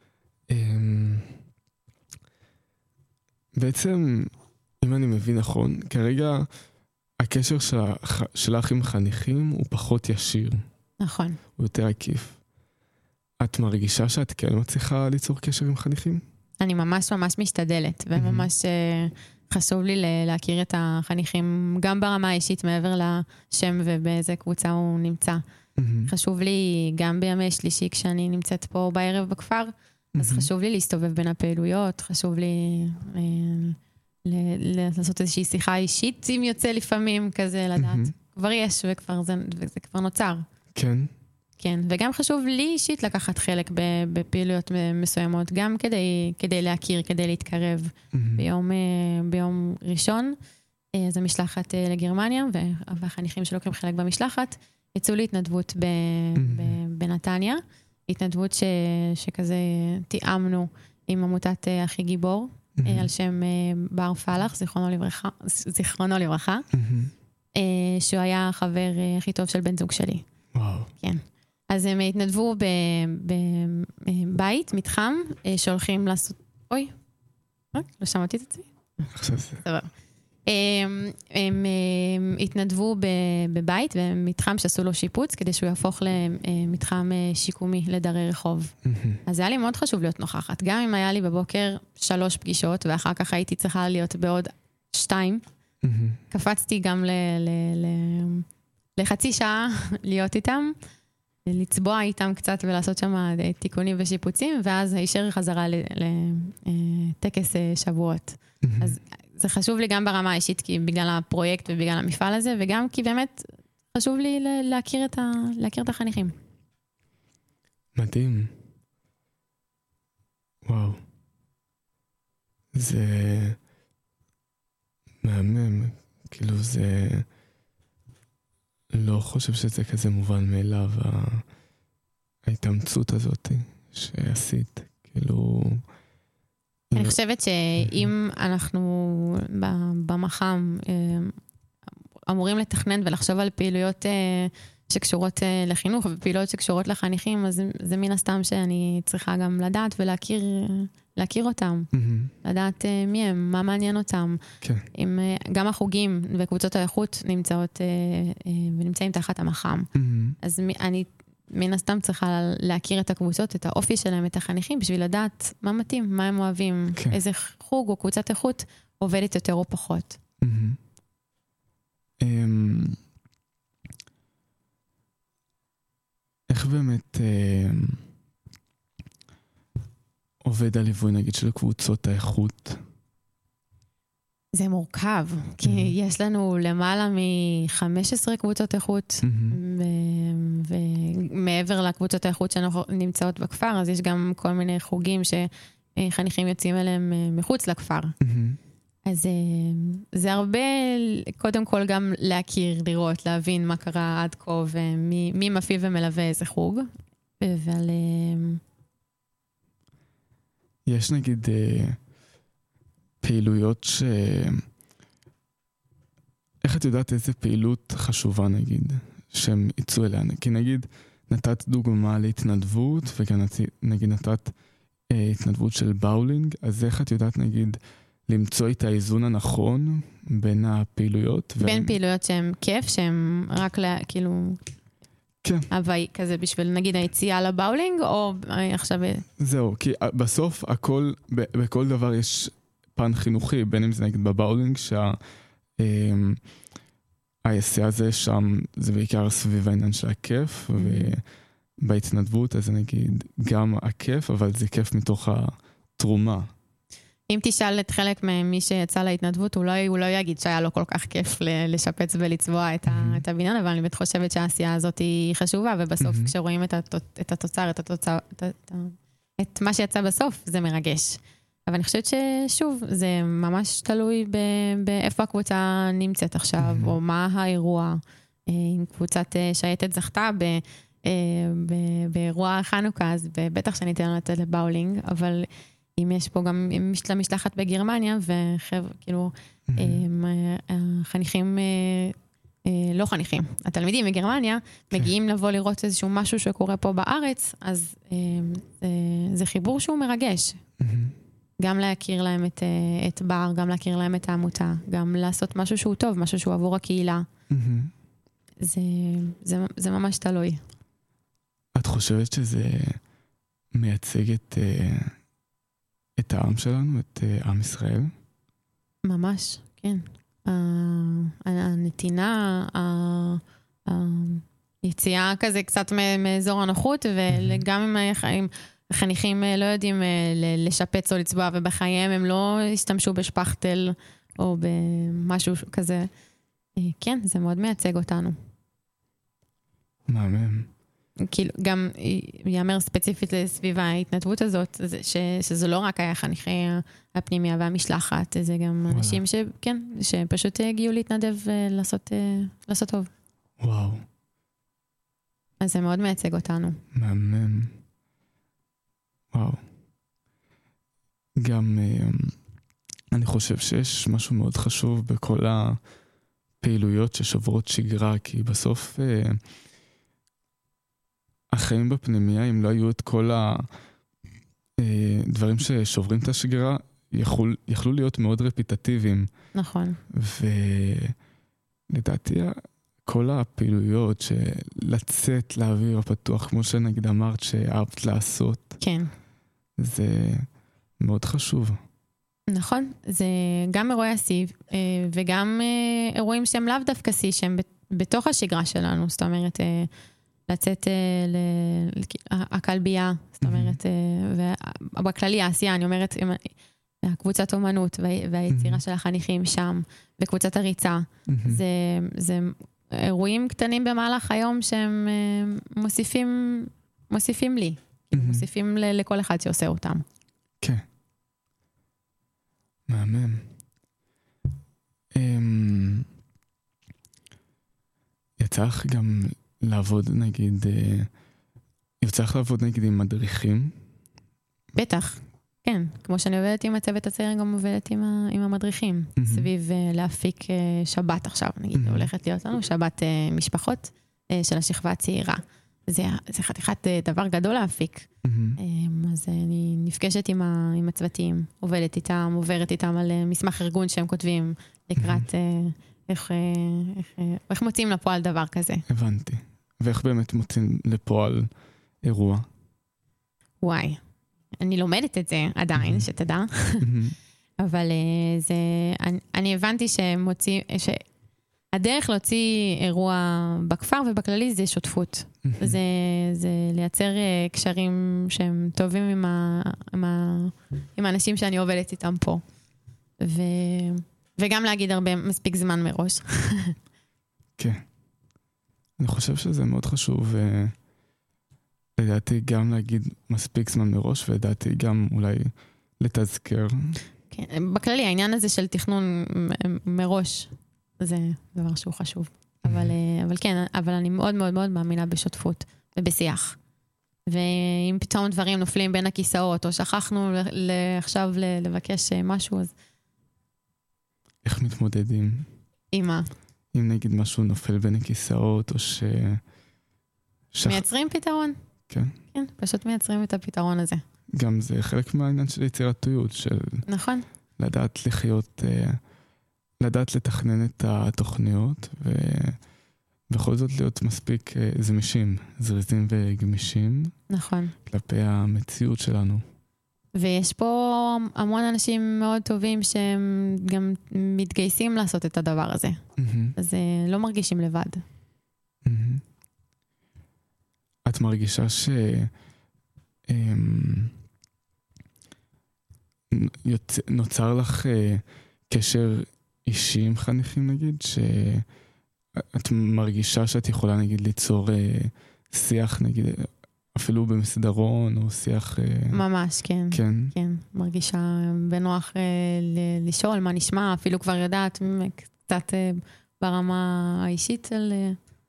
בעצם, אם אני מבין נכון, כרגע הקשר שלך עם חניכים הוא פחות ישיר. נכון. הוא יותר עקיף. את מרגישה שאת כן מצליחה ליצור קשר עם חניכים? אני ממש משתדלת, וממש חשוב לי להכיר את החניכים, גם ברמה האישית מעבר לשם ובאיזה קבוצה הוא נמצא. חשוב לי גם בימי שלישי, כשאני נמצאת פה בערב בכפר, אז חשוב לי להסתובב בין הפעילויות, חשוב לי לעשות איזושהי שיחה אישית, אם יוצא לפעמים כזה לדעת. כבר יש, וזה כבר נוצר. כן. כן, וגם חשוב לי אישית לקחת חלק בפעילויות מסוימות, גם כדי להכיר, כדי להתקרב. ביום ראשון, זו משלחת לגרמניה, והחניכים שלוקחים חלק במשלחת, יצאו להתנדבות בנתניה, התנדבות שכזה תיאמנו עם עמותת אחי גיבור, על שם בר פלח, זיכרונו לברכה, שהוא היה החבר הכי טוב של בן זוג שלי. וואו. כן. אז הם התנדבו בבית, מתחם, שהולכים לעשות... אוי, לא שמעתי את עצמי? עכשיו זה. סבבה. הם התנדבו בבית, במתחם שעשו לו שיפוץ, כדי שהוא יהפוך למתחם שיקומי לדרי רחוב. אז היה לי מאוד חשוב להיות נוכחת. גם אם היה לי בבוקר 3 פגישות, ואחר כך הייתי צריכה להיות בעוד 2, קפצתי גם לחצי שעה להיות איתם, לצבוע איתם קצת ולעשות שם תיקונים ושיפוצים, ואז הישר חזרה לטקס שבועות. אז זה חשוב לי גם ברמה האישית, כי בגלל הפרויקט ובגלל המפעל הזה, וגם כי באמת חשוב לי להכיר את החניכים. מדהים. וואו. זה מהמם. כאילו זה... לא חושב שזה כזה מובן מאליו, ההתאמצות הזאת שעשית, כאילו... אני חושבת שאם אנחנו במח"ם אמורים לתכנן ולחשוב על פעילויות שקשורות לחינוך ופעילויות שקשורות לחניכים, אז זה מן הסתם שאני צריכה גם לדעת ולהכיר אותם, לדעת מי הם, מה מעניין אותם. גם החוגים וקבוצות האיכות נמצאות ונמצאים תחת המח"ם. אז אני מן הסתם צריכה להכיר את הקבוצות, את האופי שלהם, את החניכים, בשביל לדעת מה מתאים, מה הם אוהבים, איזה חוג או קבוצת איכות עובדת יותר או פחות. איך באמת עובד הליווי, נגיד, של קבוצות האיכות? זה מורכב, כי יש לנו למעלה מ-15 קבוצות איכות, ומעבר לקבוצות האיכות שאנחנו נמצאות בכפר, אז יש גם כל מיני חוגים שחניכים יוצאים אליהם מחוץ לכפר. אז זה הרבה, קודם כל גם להכיר, לראות, להבין מה קרה עד כה, ומי מפעיל ומלווה איזה חוג. אבל... יש נגיד פעילויות איך את יודעת איזה פעילות חשובה נגיד, שהם יצאו אליה? כי נגיד נתת דוגמה להתנדבות, וגם נגיד נתת התנדבות של באולינג, אז איך את יודעת נגיד למצוא את האיזון הנכון בין הפעילויות? בין פעילויות שהן כיף, שהן רק כאילו... כן. אבל כזה בשביל נגיד היציאה לבאולינג, או עכשיו... זהו, כי בסוף הכל, בכל דבר יש פן חינוכי, בין אם זה נגיד בבאולינג, היציאה הזה שם, זה בעיקר סביב העניין של הכיף, ובהתנדבות, אז נגיד גם הכיף, אבל זה כיף מתוך התרומה. אם תשאל את חלק ממי שיצא להתנדבות, הוא לא יגיד שהיה לו כל כך כיף לשפץ ולצבוע את הבניין, אבל אני באמת חושבת שהעשייה הזאת היא חשובה, ובסוף כשרואים את התוצר, את מה שיצא בסוף, זה מרגש. אבל אני חושבת ששוב, זה ממש תלוי באיפה הקבוצה נמצאת עכשיו, או מה האירוע, עם קבוצת שייטת זכתה באירוע חנוכה, אז בטח שאני אתן לצאת לבאולינג, אבל אם יש פה גם משלחת בגרמניה, וכאילו, החניכים, לא חניכים, התלמידים בגרמניה, מגיעים לבוא לראות איזשהו משהו שקורה פה בארץ, אז זה חיבור שהוא מרגש. גם להכיר להם את בר, גם להכיר להם את העמותה, גם לעשות משהו שהוא טוב, משהו שהוא עבור הקהילה. זה ממש תלוי. את חושבת שזה מייצג את העם שלנו, את עם ישראל? ממש, כן. הנתינה, היציאה כזה קצת מאזור הנוחות, וגם אם החניכים לא יודעים לשפץ או לצבוע, ובחייהם הם לא השתמשו בשפחטל או במשהו כזה. כן, זה מאוד מייצג אותנו. מהמם. כאילו, גם יאמר ספציפית לסביב ההתנדבות הזאת, שזה לא רק היה חניכי הפנימיה והמשלחת, זה גם אנשים שכן, שפשוט הגיעו להתנדב לעשות טוב. וואו. אז זה מאוד מייצג אותנו. מהמם. וואו. גם אני חושב שיש משהו מאוד חשוב בכל הפעילויות ששוברות שגרה, כי בסוף החיים בפנימיה, אם לא היו את כל הדברים ששוברים את השגרה, יכלו להיות מאוד רפיטטיביים. נכון. ולדעתי, כל הפעילויות שלצאת לאוויר הפתוח, כמו שנגיד אמרת שאהבת לעשות, כן. זה מאוד חשוב. נכון, זה גם אירועי השיא, וגם אירועים שהם לאו דווקא שיא, שהם בתוך השגרה שלנו, זאת אומרת, לצאת הכלבייה, זאת אומרת, ובכללי העשייה, אני אומרת, הקבוצת אומנות והיצירה של החניכים שם, וקבוצת הריצה, זה אירועים קטנים במהלך היום שהם מוסיפים לי, מוסיפים לכל אחד שעושה אותם. כן. מהמם. יצא לך גם לעבוד נגיד, עם מדריכים? בטח, כן. כמו שאני עובדת עם הצוות הצעיר, גם עובדת עם המדריכים. סביב להפיק שבת עכשיו, נגיד, הולכת להיות לנו שבת משפחות של השכבה הצעירה. זה חתיכת דבר גדול להפיק. אז אני נפגשת עם הצוותים, עובדת איתם, עוברת איתם על מסמך ארגון שהם כותבים לקראת איך מוצאים לפועל דבר כזה. הבנתי. ואיך באמת מוצאים לפועל אירוע? וואי, אני לומדת את זה עדיין, שתדע. אבל אני הבנתי שהדרך להוציא אירוע בכפר ובכללי זה שותפות. זה לייצר קשרים שהם טובים עם האנשים שאני עובדת איתם פה. וגם להגיד הרבה מספיק זמן מראש. כן. אני חושב שזה מאוד חשוב, לדעתי גם להגיד מספיק זמן מראש, ולדעתי גם אולי לתזכר. כן, בכללי, העניין הזה של תכנון מראש, זה דבר שהוא חשוב. אבל כן, אבל אני מאוד מאוד מאוד מאמינה בשותפות ובשיח. ואם פתאום דברים נופלים בין הכיסאות, או שכחנו עכשיו לבקש משהו, אז... איך מתמודדים? עם מה? אם נגיד משהו נופל בין הכיסאות, או מייצרים פתרון? כן. כן, פשוט מייצרים את הפתרון הזה. גם זה חלק מהעניין של יצירתיות, של... נכון. לדעת לחיות, לדעת לתכנן את התוכניות, ובכל זאת להיות מספיק זמישים, זריזים וגמישים. נכון. כלפי המציאות שלנו. ויש פה המון אנשים מאוד טובים שהם גם מתגייסים לעשות את הדבר הזה. אז לא מרגישים לבד. את מרגישה נוצר לך קשר אישי עם חניכים נגיד, שאת מרגישה שאת יכולה נגיד ליצור שיח נגיד, אפילו במסדרון או שיח... ממש, כן. כן. כן, מרגישה בנוח לשאול מה נשמע, אפילו כבר יודעת קצת ברמה האישית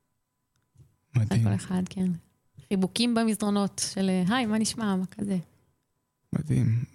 מדהים. כל אחד, כן. חיבוקים במסדרונות של, היי, מה נשמע? מה כזה? מדהים.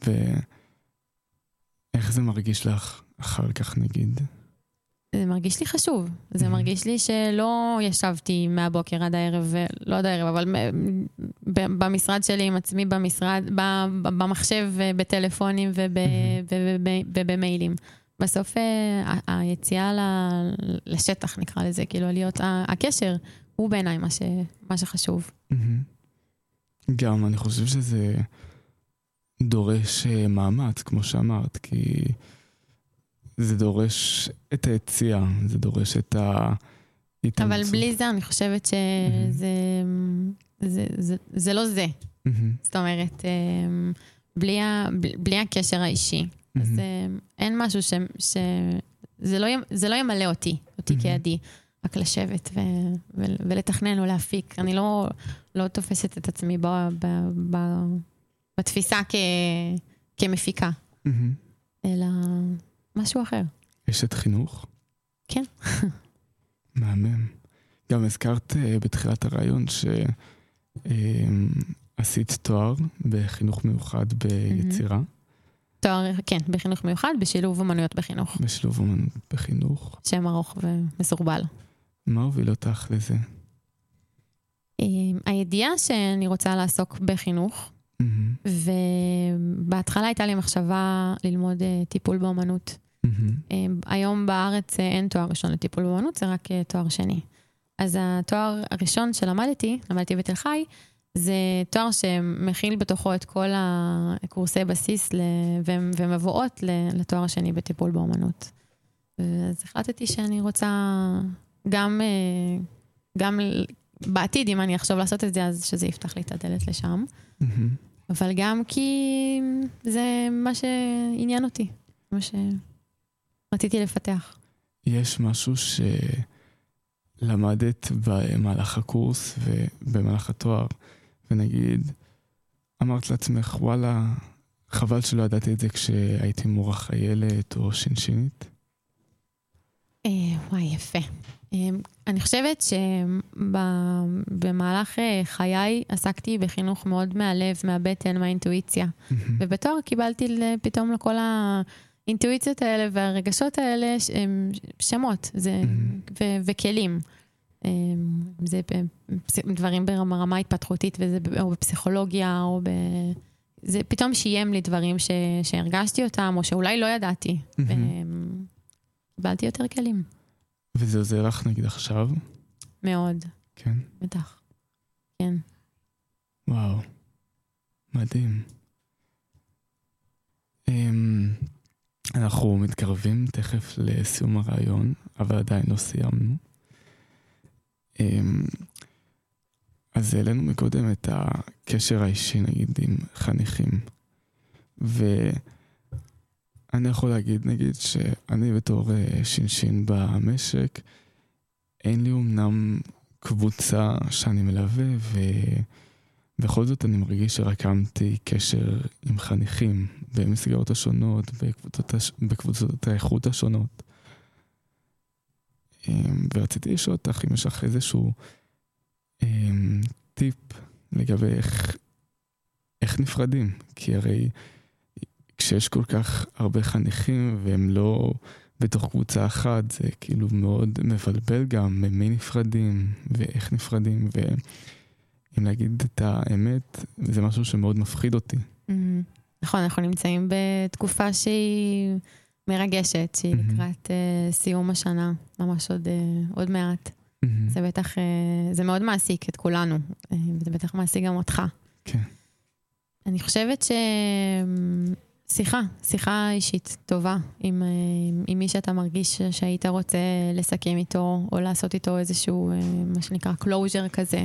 ואיך זה מרגיש לך אחר כך, נגיד? זה מרגיש לי חשוב. זה מרגיש לי שלא ישבתי מהבוקר עד הערב, לא עד הערב, אבל במשרד שלי עם עצמי, במחשב, בטלפונים ובמיילים. בסוף היציאה לשטח, נקרא לזה, כאילו להיות הקשר, הוא בעיניי מה שחשוב. גם אני חושב שזה דורש מאמץ, כמו שאמרת, כי זה דורש את היציאה, זה דורש את ההתאמצות. אבל בלי זה אני חושבת שזה לא זה. זאת אומרת, בלי הקשר האישי. אז אין משהו זה לא ימלא אותי כידי, רק לשבת ולתכנן או להפיק. אני לא תופסת את עצמי בתפיסה כמפיקה, אלא משהו אחר. אשת חינוך? כן. מהמם. גם הזכרת בתחילת הרעיון שעשית תואר בחינוך מיוחד ביצירה. תואר, כן, בחינוך מיוחד, בשילוב אומנויות בחינוך. בשילוב אומנויות בחינוך. שם ארוך ומסורבל. מה הוביל אותך לזה? הידיעה שאני רוצה לעסוק בחינוך, ובהתחלה הייתה לי מחשבה ללמוד טיפול באומנות. היום בארץ אין תואר ראשון לטיפול באומנות, זה רק תואר שני. אז התואר הראשון שלמדתי בתל חי, זה תואר שמכיל בתוכו את כל הקורסי בסיס ומבואות לתואר השני בטיפול באומנות. אז החלטתי שאני רוצה גם בעתיד, אם אני אחשוב לעשות את זה, אז שזה יפתח לי את הדלת לשם. אבל גם כי זה מה שעניין אותי, מה שרציתי לפתח. יש משהו שלמדת במהלך הקורס ובמהלך התואר, ונגיד, אמרת לעצמך, וואלה, חבל שלא ידעתי את זה כשהייתי מורה חיילת או שינשינית? וואי, יפה. אני חושבת שבמהלך חיי עסקתי בחינוך מאוד מהלב, מהבטן, מהאינטואיציה. ובתואר קיבלתי פתאום לכל האינטואיציות האלה והרגשות האלה שמות וכלים. זה דברים ברמה התפתחותית, או בפסיכולוגיה, זה פתאום שיים לי דברים שהרגשתי אותם, או שאולי לא ידעתי. קיבלתי יותר כלים. וזה עוזר לך נגיד עכשיו? מאוד. כן? בטח. כן. וואו. מדהים. אנחנו מתקרבים תכף לסיום הרעיון, אבל עדיין לא סיימנו. אז העלינו מקודם את הקשר האישי נגיד עם חניכים. אני יכול להגיד, נגיד, שאני בתור שינשין במשק, אין לי אומנם קבוצה שאני מלווה, ובכל זאת אני מרגיש שרקמתי קשר עם חניכים במסגרות השונות, בקבוצות האיכות השונות. ורציתי לשאול אותך אם יש לך איזשהו טיפ לגבי איך נפרדים, כי הרי כשיש כל כך הרבה חניכים והם לא בתוך קבוצה אחת, זה כאילו מאוד מבלבל גם ממי נפרדים ואיך נפרדים, ואם להגיד את האמת, זה משהו שמאוד מפחיד אותי. נכון, אנחנו נמצאים בתקופה שהיא מרגשת, שהיא לקראת סיום השנה, ממש עוד מעט. זה בטח, זה מאוד מעסיק את כולנו, וזה בטח מעסיק גם אותך. כן. אני חושבת שיחה אישית טובה עם מי שאתה מרגיש שהיית רוצה לסכם איתו, או לעשות איתו איזשהו, מה שנקרא, closure כזה.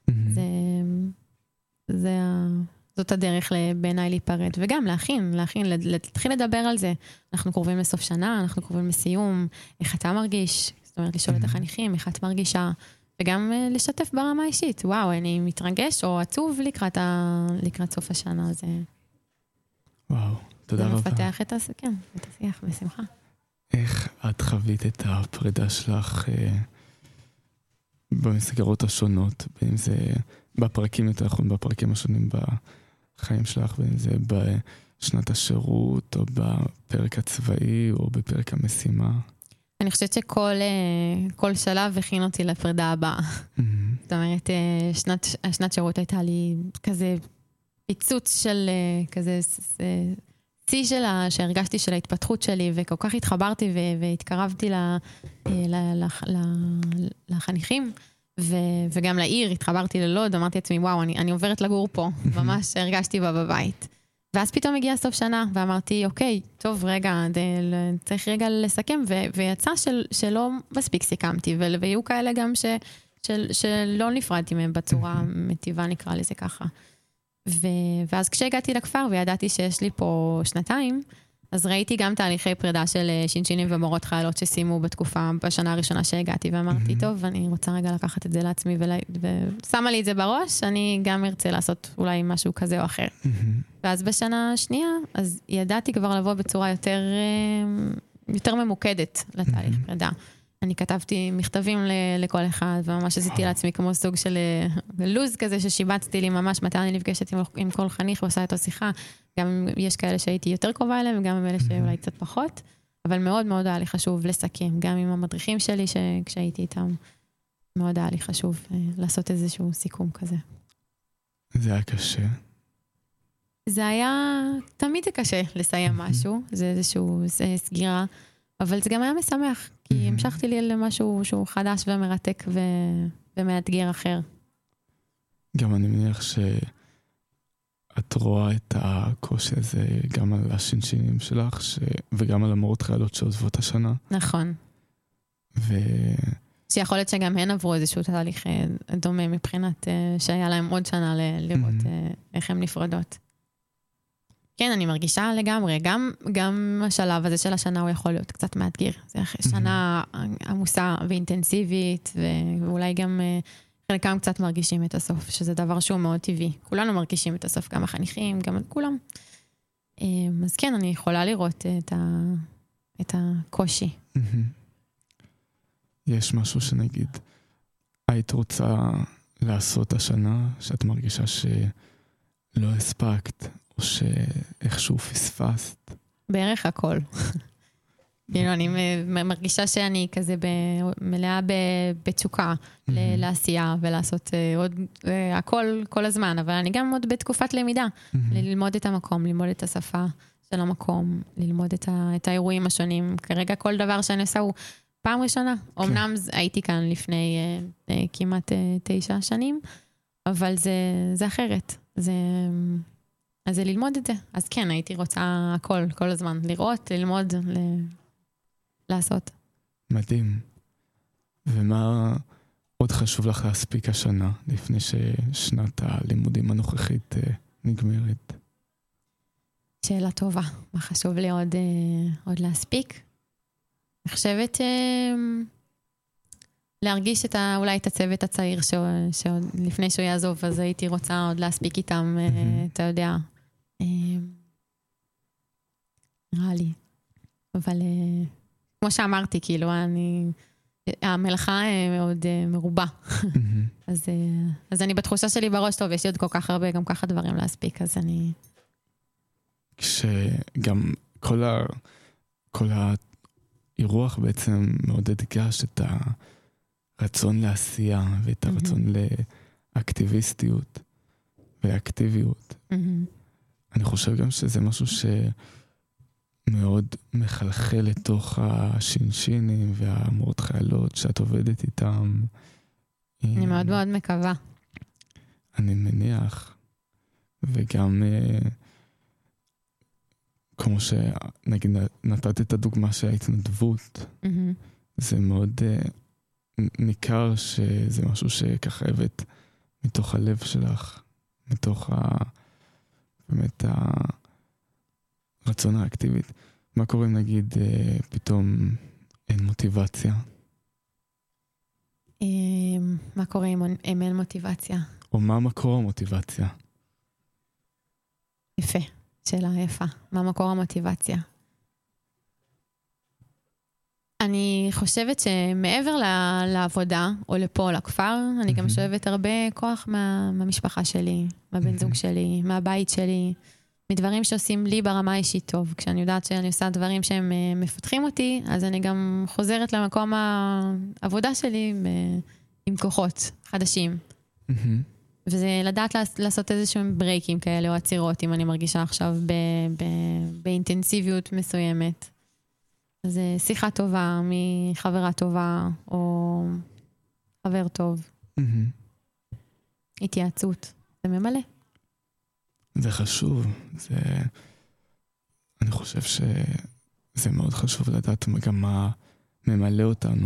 זאת הדרך בעיניי להיפרד, וגם להכין, להתחיל לדבר על זה. אנחנו קרובים לסוף שנה, אנחנו קרובים לסיום, איך אתה מרגיש, זאת אומרת, לשאול את החניכים, איך את מרגישה, וגם לשתף ברמה אישית. וואו, אני מתרגש או עצוב לקראת סוף השנה הזה. וואו, תודה רבה. ומפתח את השיח, בשמחה. איך את חווית את הפרידה שלך במסגרות השונות, בין זה בפרקים יותר נכון, בפרקים השונים בחיים שלך, בין זה בשנת השירות, או בפרק הצבאי, או בפרק המשימה. אני חושבת שכל שלב הכין אותי לפרידה הבאה. זאת אומרת, שנת שירות הייתה לי כזה פיצוץ של כזה צי שהרגשתי של ההתפתחות שלי, וכל כך התחברתי והתקרבתי לחניכים, וגם לעיר, התחברתי ללוד, אמרתי לעצמי, וואו, אני עוברת לגור פה, ממש הרגשתי בה בבית. ואז פתאום הגיע סוף שנה, ואמרתי, אוקיי, טוב, רגע, צריך רגע לסכם, ויצא שלא מספיק סיכמתי, והיו כאלה גם שלא נפרדתי מהם בצורה מטיבה, נקרא לזה ככה. ואז כשהגעתי לכפר, וידעתי שיש לי פה 2, אז ראיתי גם תהליכי פרידה של שינשינים ומורות חיילות שסיימו בשנה הראשונה שהגעתי, ואמרתי, טוב, אני רוצה רגע לקחת את זה לעצמי, ושמה לי את זה בראש, אני גם ארצה לעשות אולי משהו כזה או אחר. ואז בשנה השנייה, אז ידעתי כבר לבוא בצורה יותר ממוקדת לתהליך פרידה. אני כתבתי מכתבים לכל אחד, וממש עשיתי לעצמי כמו סוג של לוז כזה ששיבצתי לי ממש מתי אני נפגשת עם כל חניך ועושה איתו שיחה. גם יש כאלה שהייתי יותר קרובה אליהם, וגם עם אלה שאולי קצת פחות. אבל מאוד מאוד היה לי חשוב לסכם, גם עם המדריכים שלי כשהייתי איתם. מאוד היה לי חשוב לעשות איזשהו סיכום כזה. זה היה קשה? זה היה, תמיד זה קשה לסיים משהו, זה איזשהו סגירה. אבל זה גם היה משמח, כי המשכתי לי למשהו שהוא חדש ומרתק ומאתגר אחר. גם אני מניח שאת רואה את הקושי הזה גם על השינשינים שלך, וגם על המורות חיילות שעוזבות השנה. נכון. שיכול להיות שגם הן עברו איזשהו תהליך דומה מבחינת שהיה להם עוד שנה לראות איך הן נפרדות. כן, אני מרגישה לגמרי, גם השלב הזה של השנה הוא יכול להיות קצת מאתגר. זה שנה עמוסה ואינטנסיבית, ואולי גם חלקם קצת מרגישים את הסוף, שזה דבר שהוא מאוד טבעי. כולנו מרגישים את הסוף, גם החניכים, גם כולם. אז כן, אני יכולה לראות את הקושי. יש משהו שנגיד, היית רוצה לעשות השנה, שאת מרגישה שלא הספקת, או שאיכשהו פספסת? בערך הכל. אני מרגישה שאני כזה מלאה בתשוקה לעשייה ולעשות עוד הכל כל הזמן, אבל אני גם עוד בתקופת למידה, ללמוד את המקום, ללמוד את השפה של המקום, ללמוד את האירועים השונים. כרגע כל דבר שאני עושה הוא פעם ראשונה. אמנם הייתי כאן לפני כמעט 9 שנים, אבל זה אחרת. אז זה ללמוד את זה. אז כן, הייתי רוצה הכל, כל הזמן. לראות, ללמוד, לעשות. מדהים. ומה עוד חשוב לך להספיק השנה, לפני ששנת הלימודים הנוכחית נגמרת? שאלה טובה. מה חשוב לי עוד להספיק? אני חושבת להרגיש אולי את הצוות הצעיר לפני שהוא יעזוב, אז הייתי רוצה עוד להספיק איתם, אתה יודע, נראה לי. אבל כמו שאמרתי, כאילו, המלאכה מאוד מרובה. אז אני בתחושה שלי בראש, טוב, יש לי עוד כל כך הרבה, גם ככה דברים להספיק, אז אני... כשגם כל האירוח בעצם מאוד הדגש את הרצון לעשייה, ואת הרצון לאקטיביסטיות ולאקטיביות. אני חושב גם שזה משהו שמאוד מחלחל לתוך השינשינים והמורות חיילות שאת עובדת איתם. אני מאוד מאוד מקווה. אני מניח. וגם כמו שנגיד נתת את הדוגמה של ההתנדבות, זה מאוד ניכר שזה משהו שככה הבאת מתוך הלב שלך, מתוך באמת הרצון האקטיבית. מה קורה אם נגיד פתאום אין מוטיבציה? מה קורה אם אין מוטיבציה? או מה מקור המוטיבציה? יפה, שאלה יפה. מה מקור המוטיבציה? אני חושבת שמעבר לעבודה, או לפה, לכפר, אני גם שואבת הרבה כוח מהמשפחה שלי, מהבן זוג שלי, מהבית שלי, מדברים שעושים לי ברמה האישית טוב. כשאני יודעת שאני עושה דברים שהם מפתחים אותי, אז אני גם חוזרת למקום העבודה שלי עם כוחות חדשים. וזה לדעת לעשות איזשהם ברייקים כאלה, או עצירות, אם אני מרגישה עכשיו באינטנסיביות מסוימת. אז שיחה טובה מחברה טובה, או חבר טוב. התייעצות. זה ממלא. זה חשוב. אני חושב שזה מאוד חשוב לדעת גם מה ממלא אותנו.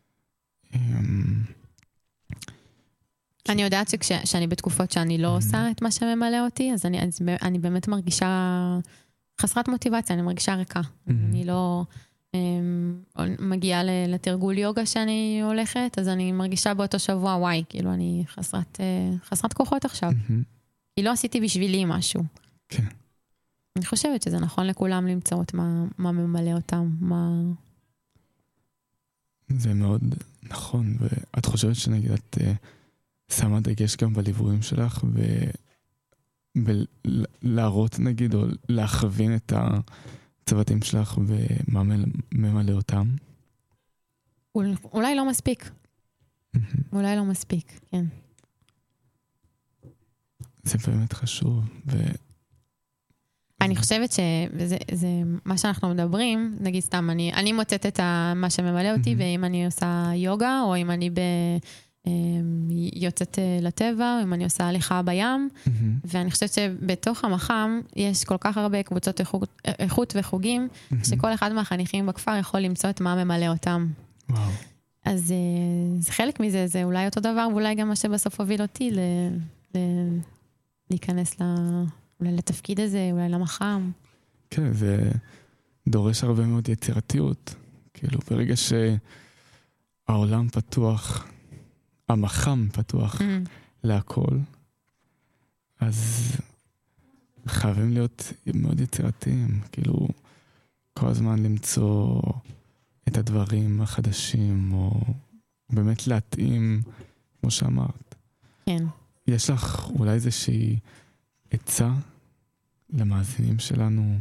אני יודעת שאני בתקופות שאני לא עושה את מה שממלא אותי, אז אני באמת מרגישה חסרת מוטיבציה, אני מרגישה ריקה. אני לא מגיעה לתרגול יוגה שאני הולכת, אז אני מרגישה באותו שבוע, וואי, כאילו אני חסרת כוחות עכשיו. כי לא עשיתי בשבילי משהו. כן. אני חושבת שזה נכון לכולם למצוא את מה ממלא אותם, זה מאוד נכון, ואת חושבת שנגיד את שמה דגש גם בליוויים שלך, ולהראות נגיד, או להכווין את הצוותים שלך ומה ממלא אותם? אולי לא מספיק. אולי לא מספיק, כן. זה באמת חשוב. אני חושבת שזה מה שאנחנו מדברים, נגיד סתם, אני מוצאת את מה שממלא אותי, ואם אני עושה יוגה, או אם אני יוצאת לטבע, או אם אני עושה הליכה בים, ואני חושבת שבתוך המחם יש כל כך הרבה קבוצות איכות וחוגים, שכל אחד מהחניכים בכפר יכול למצוא את מה ממלא אותם. וואו. אז זה חלק מזה, זה אולי אותו דבר, ואולי גם מה שבסוף הוביל אותי להיכנס אולי לתפקיד הזה, אולי למחם. כן, זה דורש הרבה מאוד יצירתיות. כאילו, ברגע שהעולם פתוח, המחם פתוח להכל, אז חייבים להיות מאוד יצירתיים. כאילו, כל הזמן למצוא את הדברים החדשים, או באמת להתאים, כמו שאמרת. כן. יש לך אולי איזושהי עצה למאזינים שלנו,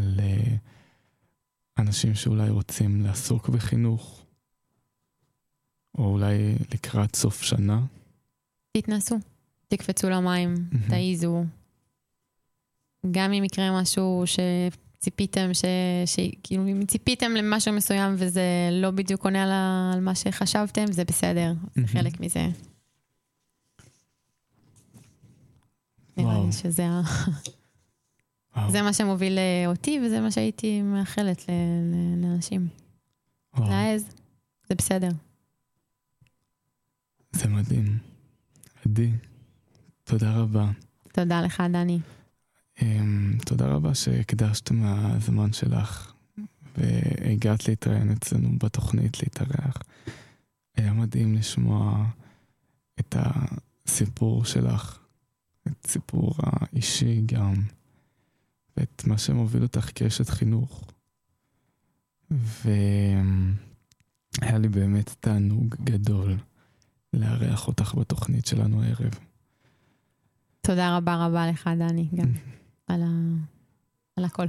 לאנשים שאולי רוצים לעסוק בחינוך, או אולי לקראת סוף שנה? תתנסו, תקפצו למים, תעיזו. גם אם יקרה משהו שציפיתם, כאילו אם ציפיתם למשהו מסוים וזה לא בדיוק עונה על מה שחשבתם, זה בסדר, זה חלק מזה. נראה לי שזה זה מה שמוביל אותי, וזה מה שהייתי מאחלת לאנשים. להעז, זה בסדר. זה מדהים. עדי, תודה רבה. תודה לך, דני. תודה רבה שהקדשת מהזמן שלך, והגעת להתראיין אצלנו בתוכנית להתארח. היה מדהים לשמוע את הסיפור שלך, את סיפור האישי גם, ואת מה שמוביל אותך כאשת חינוך. והיה לי באמת תענוג גדול לארח אותך בתוכנית שלנו הערב. תודה רבה רבה לך, דני, גם על הכל.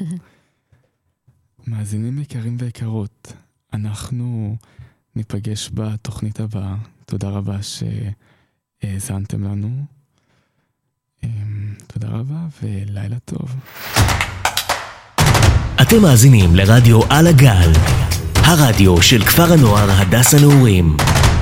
מאזינים יקרים ויקרות, אנחנו ניפגש בתוכנית הבאה. תודה רבה שהאזנתם לנו. תודה רבה ולילה טוב. אתם מאזינים לרדיו על הגל, הרדיו של כפר הנוער הדס הנעורים.